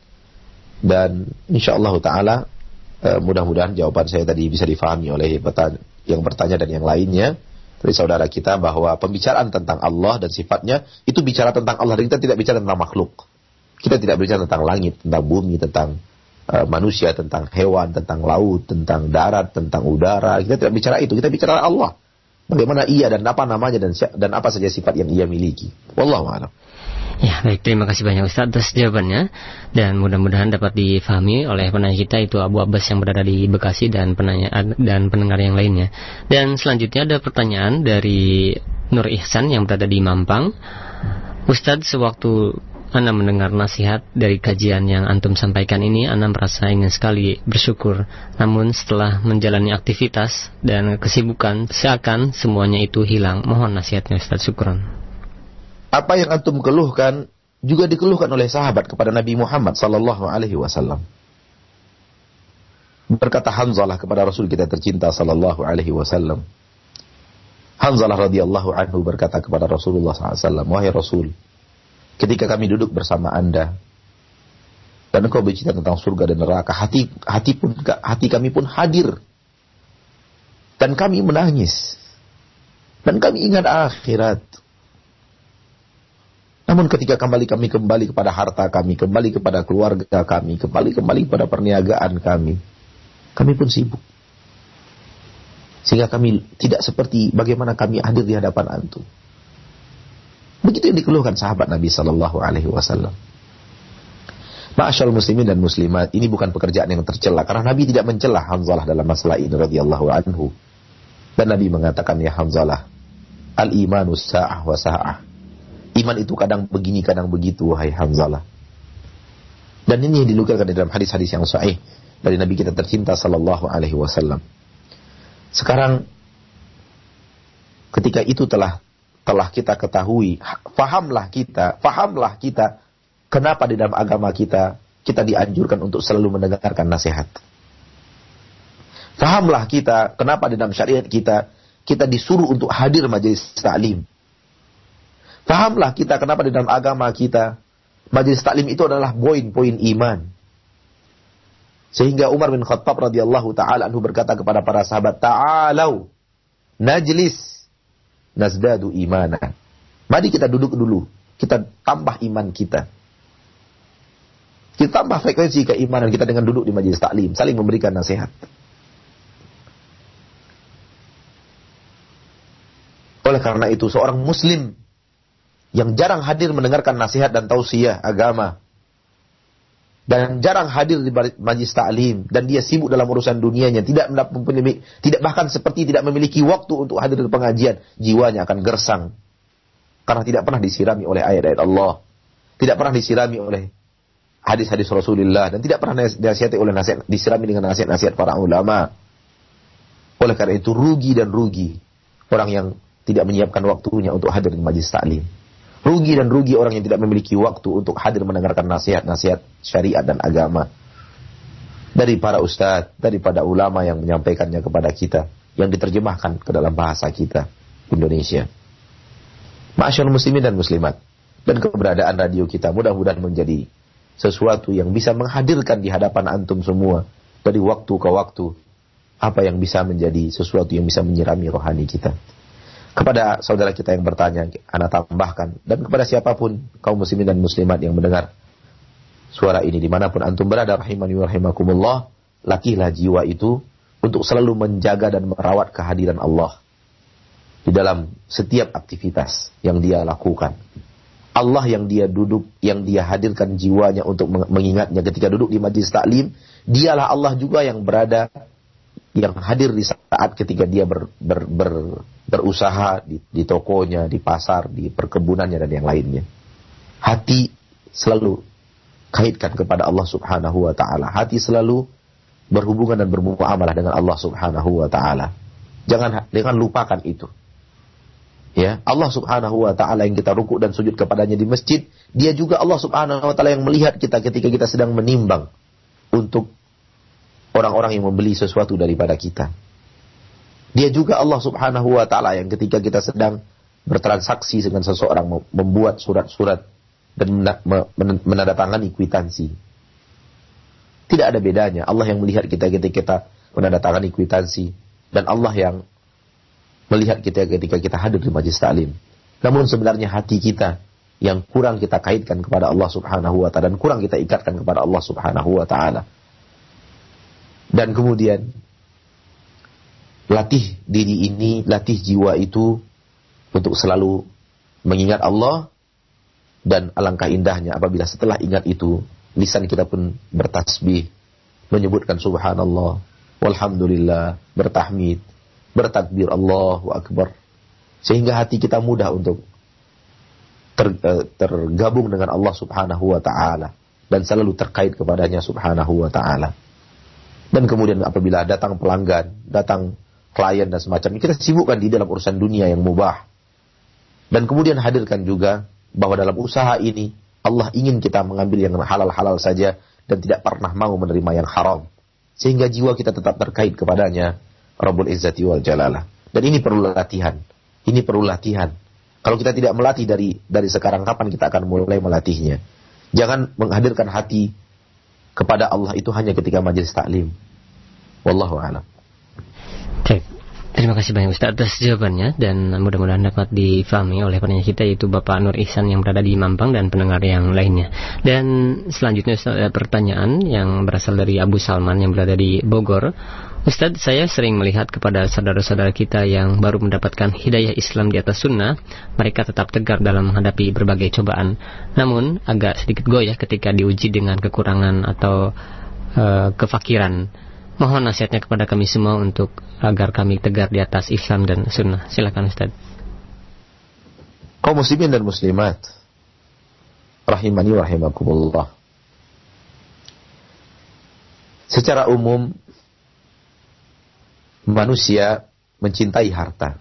Dan insyaallah ta'ala eh, mudah-mudahan jawaban saya tadi bisa difahami oleh yang bertanya dan yang lainnya dari saudara kita, bahwa pembicaraan tentang Allah dan sifatnya itu bicara tentang Allah. Kita tidak bicara tentang makhluk. Kita tidak bicara tentang langit, tentang bumi, tentang uh, manusia, tentang hewan, tentang laut, tentang darat, tentang udara. Kita tidak bicara itu. Kita bicara Allah. Bagaimana ia dan apa namanya dan dan apa saja sifat yang ia miliki. Wallahu a'lam. Ya, baik, terima kasih banyak Ustaz atas jawabannya, dan mudah-mudahan dapat difahami oleh penanya kita, itu Abu Abbas yang berada di Bekasi dan penanya dan pendengar yang lainnya. Dan selanjutnya ada pertanyaan dari Nur Ihsan yang berada di Mampang. Ustaz, sewaktu Ana mendengar nasihat dari kajian yang Antum sampaikan ini, Ana merasa ingin sekali bersyukur. Namun setelah menjalani aktivitas dan kesibukan, seakan semuanya itu hilang. Mohon nasihatnya Ustaz, syukron. Apa yang antum keluhkan juga dikeluhkan oleh sahabat kepada Nabi Muhammad sallallahu alaihi wasallam. Berkata Hanzalah kepada Rasul kita tercinta sallallahu alaihi wasallam. Hanzalah radhiyallahu anhu berkata kepada Rasulullah sallallahu alaihi wasallam, "Wahai Rasul, ketika kami duduk bersama Anda dan engkau berbicara tentang surga dan neraka, hati hati pun hati kami pun hadir dan kami menangis dan kami ingat akhirat. Namun ketika kembali kami kembali kepada harta kami, kembali kepada keluarga kami, kembali kembali kepada perniagaan kami, kami pun sibuk. Sehingga kami tidak seperti bagaimana kami hadir di hadapan antum." Begitu yang dikeluhkan sahabat Nabi sallallahu alaihi wasallam. Ma'asyarul muslimin dan muslimat, ini bukan pekerjaan yang tercela, karena Nabi tidak mencela Hanzalah dalam masalah ini radhiyallahu anhu. Dan Nabi mengatakan, "Ya Hanzalah, al-imanu sa'ah wa sa'ah." Iman itu kadang begini, kadang begitu, wahai Hanzalah. Dan ini yang dinukilkan dalam hadis-hadis yang sahih dari Nabi kita tercinta sallallahu alaihi wasallam. Sekarang ketika itu telah telah kita ketahui, fahamlah kita, fahamlah kita kenapa di dalam agama kita kita dianjurkan untuk selalu mendengarkan nasihat. Fahamlah kita kenapa di dalam syariat kita kita disuruh untuk hadir majelis taklim. Fahamlah kita kenapa di dalam agama kita majelis taklim itu adalah poin-poin iman. Sehingga Umar bin Khattab radhiyallahu taala anhu berkata kepada para sahabat, "Ta'alau najlis nazdadu imana." Mari kita duduk dulu, kita tambah iman kita. Kita tambah frekuensi keimanan kita dengan duduk di majelis taklim, saling memberikan nasihat. Oleh karena itu, seorang muslim yang jarang hadir mendengarkan nasihat dan tausiah agama, dan jarang hadir di majlis ta'lim, dan dia sibuk dalam urusan dunianya, tidak mempunyai, tidak bahkan seperti tidak memiliki waktu untuk hadir di pengajian, jiwanya akan gersang karena tidak pernah disirami oleh ayat-ayat Allah, tidak pernah disirami oleh hadis-hadis Rasulullah, dan tidak pernah dinasihati oleh nasihat, disirami dengan nasihat-nasihat para ulama. Oleh karena itu rugi dan rugi orang yang tidak menyiapkan waktunya untuk hadir di majlis ta'lim. Rugi dan rugi orang yang tidak memiliki waktu untuk hadir mendengarkan nasihat-nasihat syariat dan agama dari para ustadz, daripada ulama yang menyampaikannya kepada kita, yang diterjemahkan ke dalam bahasa kita, Indonesia. Ma'asyarul muslimin dan muslimat, dan keberadaan radio kita mudah-mudahan menjadi sesuatu yang bisa menghadirkan di hadapan antum semua dari waktu ke waktu apa yang bisa menjadi sesuatu yang bisa menyirami rohani kita. Kepada saudara kita yang bertanya, ana tambahkan, dan kepada siapapun kaum muslimin dan muslimat yang mendengar suara ini dimanapun antum berada, rahimani wa rahimakumullah, latihlah jiwa itu untuk selalu menjaga dan merawat kehadiran Allah di dalam setiap aktivitas yang dia lakukan. Allah yang dia duduk, yang dia hadirkan jiwanya untuk mengingatnya ketika duduk di majlis taklim, dialah Allah juga yang berada, yang hadir di saat ketika dia ber, ber, ber, berusaha di, di tokonya, di pasar, di perkebunannya dan yang lainnya. Hati selalu kaitkan kepada Allah Subhanahu wa taala. Hati selalu berhubungan dan bermuamalah dengan Allah Subhanahu wa taala. Jangan jangan lupakan itu. Ya, Allah Subhanahu wa taala yang kita rukuk dan sujud kepadanya di masjid, dia juga Allah Subhanahu wa taala yang melihat kita ketika kita sedang menimbang untuk orang-orang yang membeli sesuatu daripada kita. Dia juga Allah Subhanahu wa taala yang ketika kita sedang bertransaksi dengan seseorang, membuat surat-surat dan menandatangani kwitansi. Tidak ada bedanya. Allah yang melihat kita ketika kita menandatangani kwitansi, dan Allah yang melihat kita ketika kita hadir di majlis taklim. Namun sebenarnya hati kita yang kurang kita kaitkan kepada Allah Subhanahu wa taala dan kurang kita ikatkan kepada Allah Subhanahu wa taala. Dan kemudian latih diri ini, latih jiwa itu untuk selalu mengingat Allah. Dan alangkah indahnya apabila setelah ingat itu lisan kita pun bertasbih, menyebutkan subhanallah, walhamdulillah, bertahmid, bertakbir Allahu akbar, sehingga hati kita mudah untuk ter, tergabung dengan Allah Subhanahu wa taala dan selalu terkait kepadanya Subhanahu wa taala. Dan kemudian apabila datang pelanggan, datang klien dan semacamnya, kita sibukkan di dalam urusan dunia yang mubah. Dan kemudian hadirkan juga bahwa dalam usaha ini Allah ingin kita mengambil yang halal-halal saja dan tidak pernah mau menerima yang haram, sehingga jiwa kita tetap terkait kepadanya Rabbul Izzati wal Jalalah. Dan ini perlu latihan. Ini perlu latihan. Kalau kita tidak melatih dari dari sekarang, kapan kita akan mulai melatihnya? Jangan menghadirkan hati kepada Allah itu hanya ketika majelis taklim. Wallahu a'lam. Terima kasih banyak Ustaz atas jawabannya, dan mudah-mudahan dapat difahami oleh penanya kita, yaitu Bapak Nur Ihsan yang berada di Mampang dan pendengar yang lainnya. Dan selanjutnya Ustaz, ada pertanyaan yang berasal dari Abu Salman yang berada di Bogor. Ustaz, saya sering melihat kepada saudara-saudara kita yang baru mendapatkan hidayah Islam di atas sunnah, mereka tetap tegar dalam menghadapi berbagai cobaan, namun agak sedikit goyah ketika diuji dengan kekurangan atau uh, kefakiran. Mohon nasihatnya kepada kami semua untuk agar kami tegar di atas Islam dan sunnah. Silakan Ustaz. Kaum muslimin dan muslimat, rahimani wa rahimakumullah. Secara umum manusia mencintai harta.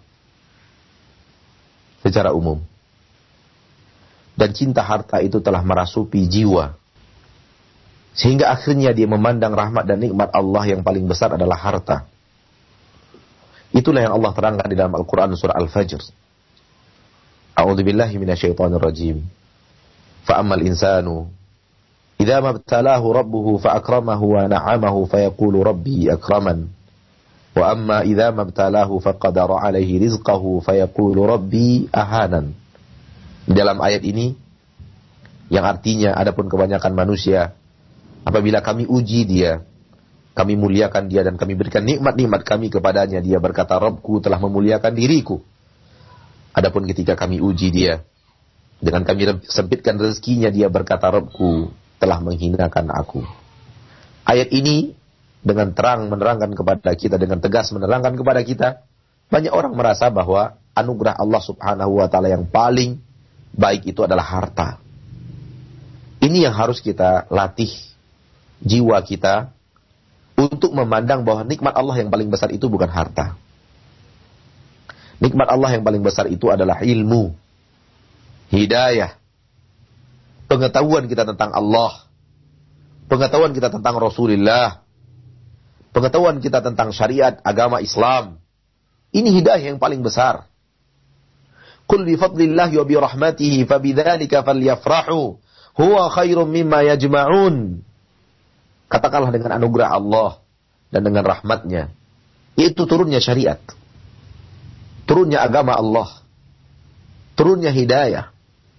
Secara umum. Dan cinta harta itu telah merasuki jiwa. Sehingga akhirnya dia memandang rahmat dan nikmat Allah yang paling besar adalah harta. Itulah yang Allah terangkan di dalam Al-Quran surah Al-Fajr. A'udzubillahi minasyaitonirrajim. Fa'ammal insanu idza mabtalahu rabbuhu fa'akramahu wa na'amahu fayaqulu rabbi akraman. Wa amma idza mabtalahu faqadara 'alaihi rizqahu fayaqulu rabbi ahanan. Di dalam ayat ini yang artinya adapun kebanyakan manusia, apabila kami uji dia, kami muliakan dia dan kami berikan nikmat-nikmat kami kepadanya, dia berkata, Rabbku telah memuliakan diriku. Adapun ketika kami uji dia, dengan kami sempitkan rezekinya, dia berkata, Rabbku telah menghinakan aku. Ayat ini dengan terang menerangkan kepada kita, dengan tegas menerangkan kepada kita, banyak orang merasa bahwa anugerah Allah Subhanahu wa taala yang paling baik itu adalah harta. Ini yang harus kita latih jiwa kita untuk memandang bahwa nikmat Allah yang paling besar itu bukan harta. Nikmat Allah yang paling besar itu adalah ilmu. hidayah, pengetahuan kita tentang Allah, pengetahuan kita tentang Rasulullah, pengetahuan kita tentang syariat agama Islam. Ini hidayah yang paling besar. Qul bi fadlillahi wa bi rahmatihi fabidzalika falyafrahu huwa khairum mimma yajma'un. Katakanlah dengan anugerah Allah dan dengan rahmatnya, itu turunnya syariat, turunnya agama Allah, turunnya hidayah.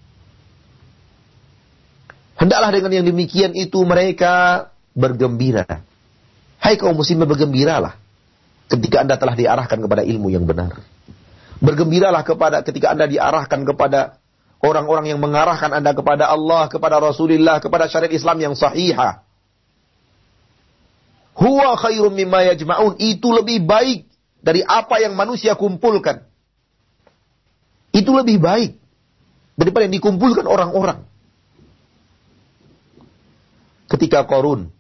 Hendaklah dengan yang demikian itu mereka bergembira. Hai kaum muslimin, bergembiralah ketika Anda telah diarahkan kepada ilmu yang benar. Bergembiralah kepada ketika Anda diarahkan kepada orang-orang yang mengarahkan Anda kepada Allah, kepada Rasulullah, kepada syariat Islam yang sahihah. Huwa khairum mimma yajma'un. Itu lebih baik dari apa yang manusia kumpulkan. Itu lebih baik daripada yang dikumpulkan orang-orang. Ketika Qarun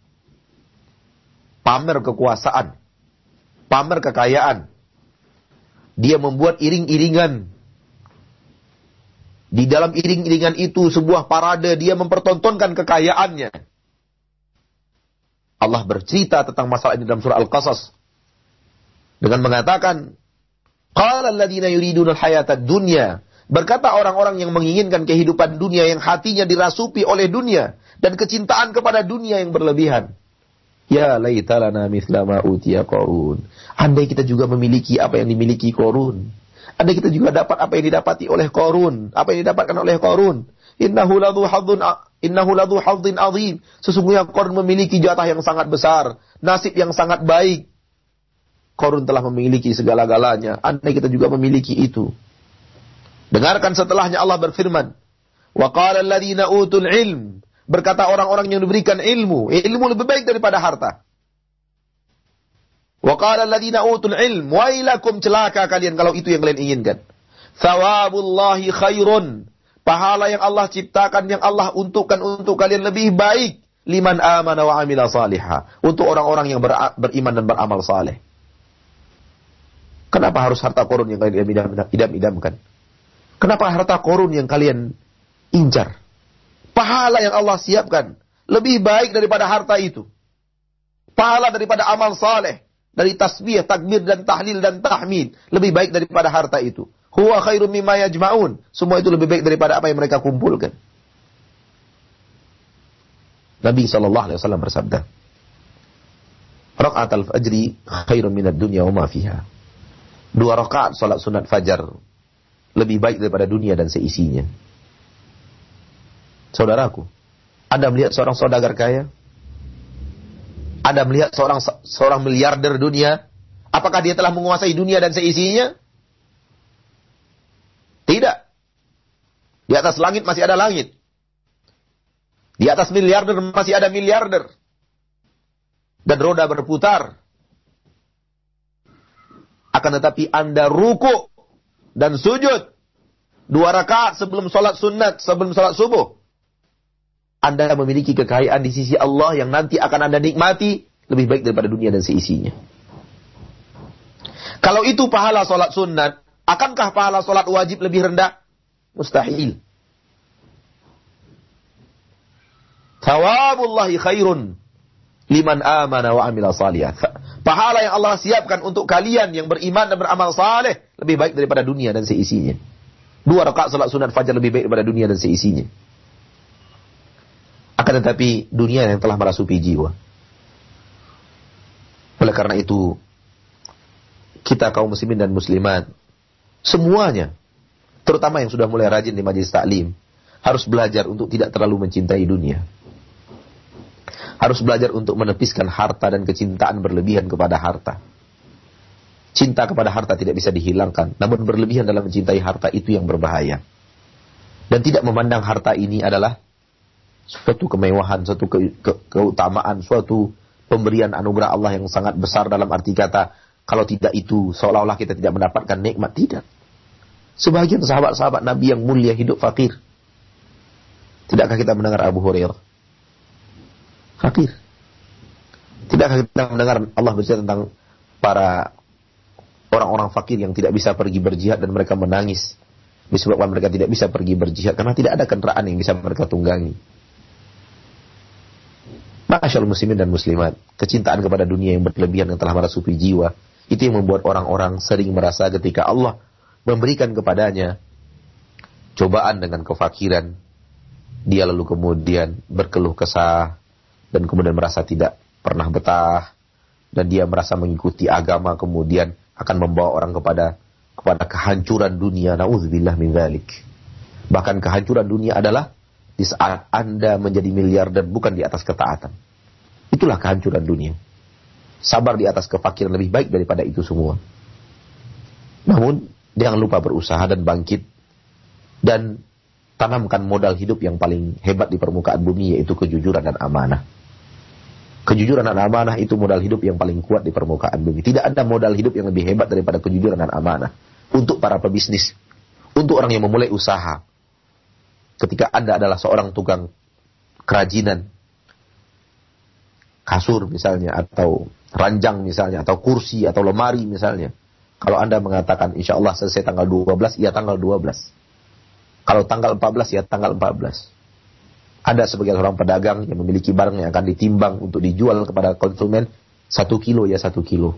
pamer kekuasaan, pamer kekayaan, dia membuat iring-iringan. Di dalam iring-iringan itu sebuah parade, dia mempertontonkan kekayaannya. Allah bercerita tentang masalah ini dalam surah Al-Qasas dengan mengatakan, qala alladziina yuriduna al-hayata ad-dunya, berkata orang-orang yang menginginkan kehidupan dunia, yang hatinya dirasupi oleh dunia dan kecintaan kepada dunia yang berlebihan. Ya laita lana mithla ma utiya Qarun. Andai kita juga memiliki apa yang dimiliki Qarun. Andai kita juga dapat apa yang didapati oleh Qarun, apa yang didapatkan oleh Qarun. Innahu ladzu hadzun innahu ladzu hadzin azim. Sesungguhnya Qarun memiliki jatah yang sangat besar, nasib yang sangat baik. Qarun telah memiliki segala-galanya. Andai kita juga memiliki itu. Dengarkan setelahnya Allah berfirman, wa qala alladziina utul ilm, berkata orang-orang yang diberikan ilmu, ilmu lebih baik daripada harta. Wa qala alladziina utul ilm, wailakum, celaka kalian kalau itu yang kalian inginkan. Thawabullahi khairun, pahala yang Allah ciptakan, yang Allah untukkan untuk kalian lebih baik. Liman amana wa amila salihah, untuk orang-orang yang ber- beriman dan beramal saleh. Kenapa harus harta Qarun yang kalian idam-idamkan? Kenapa harta Qarun yang kalian incar? Pahala yang Allah siapkan lebih baik daripada harta itu. Pahala daripada amal saleh, dari tasbih, takbir dan tahlil dan tahmid, lebih baik daripada harta itu. Huwa khairum mimma yajma'un. Semua itu lebih baik daripada apa yang mereka kumpulkan. Nabi sallallahu alaihi wasallam bersabda, Raka'atul fajri khairun minad dunya wa ma fiha. Dua rakaat salat sunat fajar lebih baik daripada dunia dan seisinya. Saudaraku, Anda melihat seorang saudagar kaya? Anda melihat seorang seorang miliarder dunia? Apakah dia telah menguasai dunia dan seisinya? Tidak. Di atas langit masih ada langit. Di atas miliarder masih ada miliarder. Dan roda berputar. Akan tetapi Anda ruku dan sujud dua rakaat sebelum sholat sunat, sebelum sholat subuh. Anda memiliki kekayaan di sisi Allah yang nanti akan Anda nikmati lebih baik daripada dunia dan seisinya. Kalau itu pahala sholat sunat, akankah pahala sholat wajib lebih rendah? Mustahil. Thawabullahi khairun liman amana wa amila salihah. Pahala yang Allah siapkan untuk kalian yang beriman dan beramal saleh lebih baik daripada dunia dan seisinya. Dua rakaat salat sunat fajar lebih baik daripada dunia dan seisinya. Akan tetapi dunia yang telah merasuki jiwa. Oleh karena itu, kita kaum muslimin dan muslimat, semuanya, terutama yang sudah mulai rajin di majelis taklim, harus belajar untuk tidak terlalu mencintai dunia. Harus belajar untuk menepiskan harta dan kecintaan berlebihan kepada harta. Cinta kepada harta tidak bisa dihilangkan, namun berlebihan dalam mencintai harta itu yang berbahaya. Dan tidak memandang harta ini adalah suatu kemewahan, suatu ke- ke- keutamaan, suatu pemberian anugerah Allah yang sangat besar dalam arti kata, kalau tidak itu seolah-olah kita tidak mendapatkan nikmat. Tidak. Sebagian sahabat-sahabat Nabi yang mulia hidup fakir. Tidakkah kita mendengar Abu Hurairah fakir? Tidakkah kita mendengar Allah bercerita tentang para orang-orang fakir yang tidak bisa pergi berjihad dan mereka menangis disebabkan mereka tidak bisa pergi berjihad karena tidak ada kendaraan yang bisa mereka tunggangi. Ma'asyarul muslimin dan muslimat, kecintaan kepada dunia yang berlebihan yang telah merasuki jiwa, itu yang membuat orang-orang sering merasa ketika Allah memberikan kepadanya cobaan dengan kefakiran, dia lalu kemudian berkeluh kesah dan kemudian merasa tidak pernah betah, dan dia merasa mengikuti agama kemudian akan membawa orang kepada kepada kehancuran dunia. Nauzubillah min dzalik. Bahkan kehancuran dunia adalah di saat Anda menjadi miliarder bukan di atas ketaatan. Itulah kehancuran dunia. Sabar di atas kefakiran lebih baik daripada itu semua. Namun jangan lupa berusaha dan bangkit dan tanamkan modal hidup yang paling hebat di permukaan bumi, yaitu kejujuran dan amanah. Kejujuran dan amanah itu modal hidup yang paling kuat di permukaan bumi. Tidak ada modal hidup yang lebih hebat daripada kejujuran dan amanah. Untuk para pebisnis, untuk orang yang memulai usaha. Ketika Anda adalah seorang tukang kerajinan, kasur misalnya, atau ranjang misalnya, atau kursi, atau lemari misalnya. Kalau Anda mengatakan insya Allah selesai tanggal dua belas, ya tanggal dua belas. Kalau tanggal empat belas, ya tanggal empat belas. Ada sebagian orang pedagang yang memiliki barang yang akan ditimbang untuk dijual kepada konsumen, satu kilo ya satu kilo.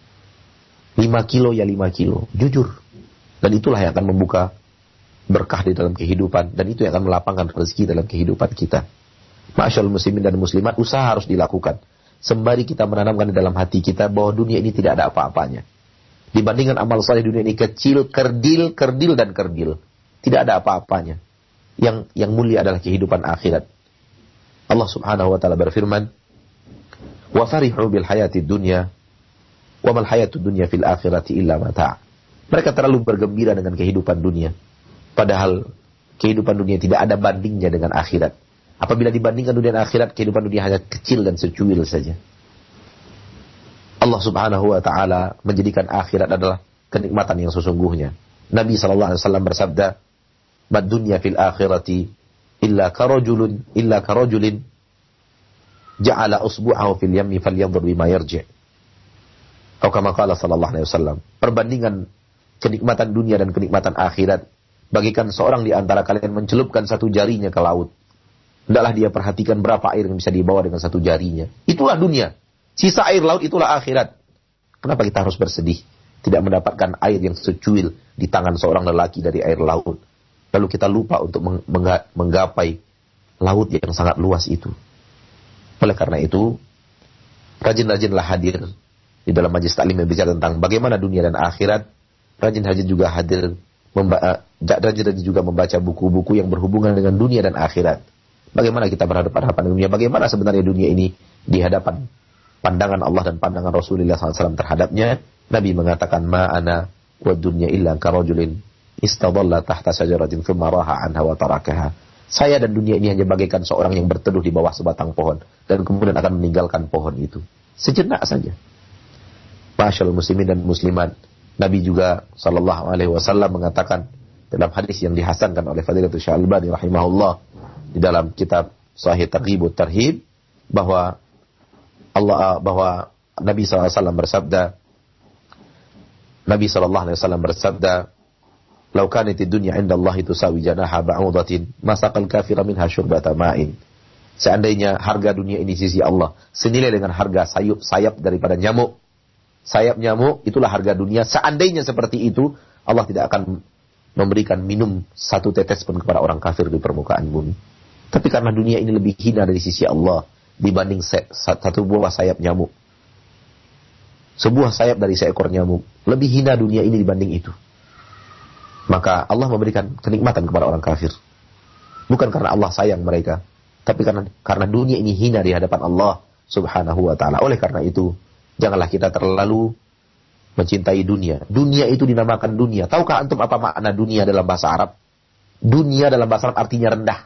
Lima kilo ya lima kilo. Jujur. Dan itulah yang akan membuka berkah di dalam kehidupan. Dan itu yang akan melapangkan rezeki dalam kehidupan kita. Ma'asyarul muslimin dan muslimat, usaha harus dilakukan. Sembari kita menanamkan di dalam hati kita bahwa dunia ini tidak ada apa-apanya. Dibandingkan amal saleh, dunia ini kecil, kerdil, kerdil, dan kerdil. Tidak ada apa-apanya. Yang yang mulia adalah kehidupan akhirat. Allah Subhanahu wa taala berfirman, "Wa farihu bil hayatid dunya, wa mal hayatud dunya fil akhirati illa mata'." Mereka terlalu bergembira dengan kehidupan dunia, padahal kehidupan dunia tidak ada bandingnya dengan akhirat. Apabila dibandingkan dunia dan akhirat, kehidupan dunia hanya kecil dan secuil saja. Allah Subhanahu wa taala menjadikan akhirat adalah kenikmatan yang sesungguhnya. Nabi sallallahu alaihi wasallam bersabda, "Mad dunya fil akhirati illa karajulun illa karajulin ja'ala usbu'ahu fil yammi falyanzur bima yarji'." Atau kama qala sallallahu alaihi wasallam, perbandingan kenikmatan dunia dan kenikmatan akhirat bagikan seorang di antara kalian mencelupkan satu jarinya ke laut. Hendaklah dia perhatikan berapa air yang bisa dibawa dengan satu jarinya. Itulah dunia. Sisa air laut itulah akhirat. Kenapa kita harus bersedih tidak mendapatkan air yang secuil di tangan seorang lelaki dari air laut? Lalu kita lupa untuk menggapai laut yang sangat luas itu. Oleh karena itu, rajin-rajinlah hadir di dalam majlis taklim yang bicara tentang bagaimana dunia dan akhirat. Rajin-rajin juga hadir, memba- rajin-rajin juga membaca buku-buku yang berhubungan dengan dunia dan akhirat. Bagaimana kita berhadapan-hadapan dengan dunia, bagaimana sebenarnya dunia ini di hadapan pandangan Allah dan pandangan Rasulullah shallallahu alaihi wasallam terhadapnya. Nabi mengatakan, ma'ana wa dunya illa karajulin istadalla tahta syajaratin thumma raha anha wa tarakaha. Saya dan dunia ini hanya bagaikan seorang yang berteduh di bawah sebatang pohon dan kemudian akan meninggalkan pohon itu sejenak saja. Ma'asyarul muslimin dan muslimat, Nabi juga sallallahu alaihi wasallam mengatakan dalam hadis yang dihasankan oleh Fadilatul Syekh Al-Albani rahimahullah di dalam kitab Sahih Targhib wa Tarhib, bahwa Allah bahwa Nabi sallallahu alaihi wasallam bersabda Nabi sallallahu alaihi wasallam bersabda, "Lau kanatid dunya 'inda Allah tusawi janaha ba'udatin, masaqal kafira minha syurbata ma'in." Seandainya harga dunia ini di sisi Allah senilai dengan harga sayap sayap daripada nyamuk, sayap nyamuk itulah harga dunia. Seandainya seperti itu, Allah tidak akan memberikan minum satu tetes pun kepada orang kafir di permukaan bumi. Tapi karena dunia ini lebih hina dari sisi Allah dibanding se- satu buah sayap nyamuk, sebuah sayap dari seekor nyamuk, lebih hina dunia ini dibanding itu. Maka Allah memberikan kenikmatan kepada orang kafir. Bukan karena Allah sayang mereka, tapi karena karena dunia ini hina di hadapan Allah Subhanahu wa taala. Oleh karena itu, janganlah kita terlalu mencintai dunia. Dunia itu dinamakan dunia. Tahukah antum apa makna dunia dalam bahasa Arab? Dunia dalam bahasa Arab artinya rendah.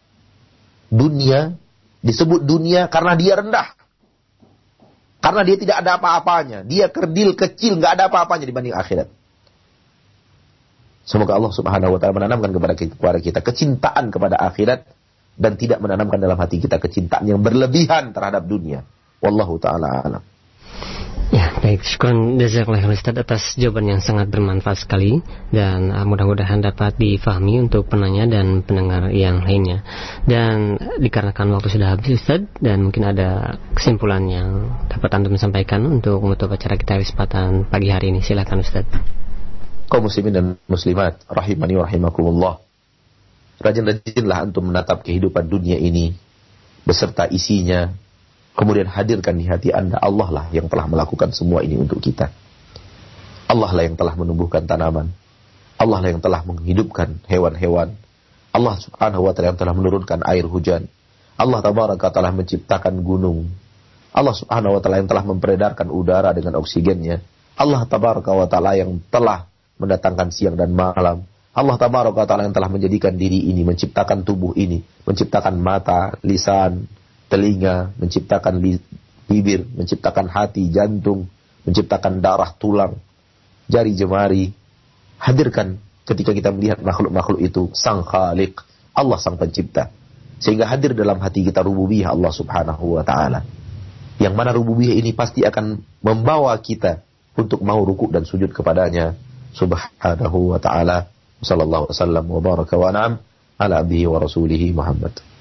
Dunia disebut dunia karena dia rendah. Karena dia tidak ada apa-apanya. Dia kerdil, kecil, nggak ada apa-apanya dibanding akhirat. Semoga Allah Subhanahu wa taala menanamkan kepada kita, kepada kita kecintaan kepada akhirat dan tidak menanamkan dalam hati kita kecintaan yang berlebihan terhadap dunia. Wallahu taala alam. Ya, baik. Syukran jazakallahu Ustaz atas jawaban yang sangat bermanfaat sekali, dan uh, mudah-mudahan dapat difahami untuk penanya dan pendengar yang lainnya. Dan dikarenakan waktu sudah habis Ustaz, dan mungkin ada kesimpulan yang dapat Antum sampaikan untuk menutup acara kita kesempatan pagi hari ini. Silakan Ustaz. Kaum muslimin dan muslimat rahimani wa rahimakumullah. Rajin-rajinlah antum menatap kehidupan dunia ini beserta isinya. Kemudian hadirkan di hati anda, Allah lah yang telah melakukan semua ini untuk kita. Allah lah yang telah menumbuhkan tanaman. Allah lah yang telah menghidupkan hewan-hewan. Allah subhanahu wa ta'ala yang telah menurunkan air hujan. Allah tabaraka ta'ala menciptakan gunung. Allah subhanahu wa ta'ala yang telah memperedarkan udara dengan oksigennya. Allah tabaraka wa ta'ala yang telah mendatangkan siang dan malam. Allah tabaraka wa ta'ala yang telah menjadikan diri ini, menciptakan tubuh ini, menciptakan mata, lisan, telinga, menciptakan bibir, menciptakan hati, jantung, menciptakan darah, tulang, jari jemari. Hadirkan ketika kita melihat makhluk-makhluk itu, Sang Khaliq, Allah Sang Pencipta. Sehingga hadir dalam hati kita rububiyah Allah subhanahu wa ta'ala. Yang mana rububiyah ini pasti akan membawa kita untuk mau rukuk dan sujud kepadanya subhanahu wa ta'ala. Sallallahu alaihi wasallam wa baraka wa na'am ala abdihi wa rasulihi Muhammad.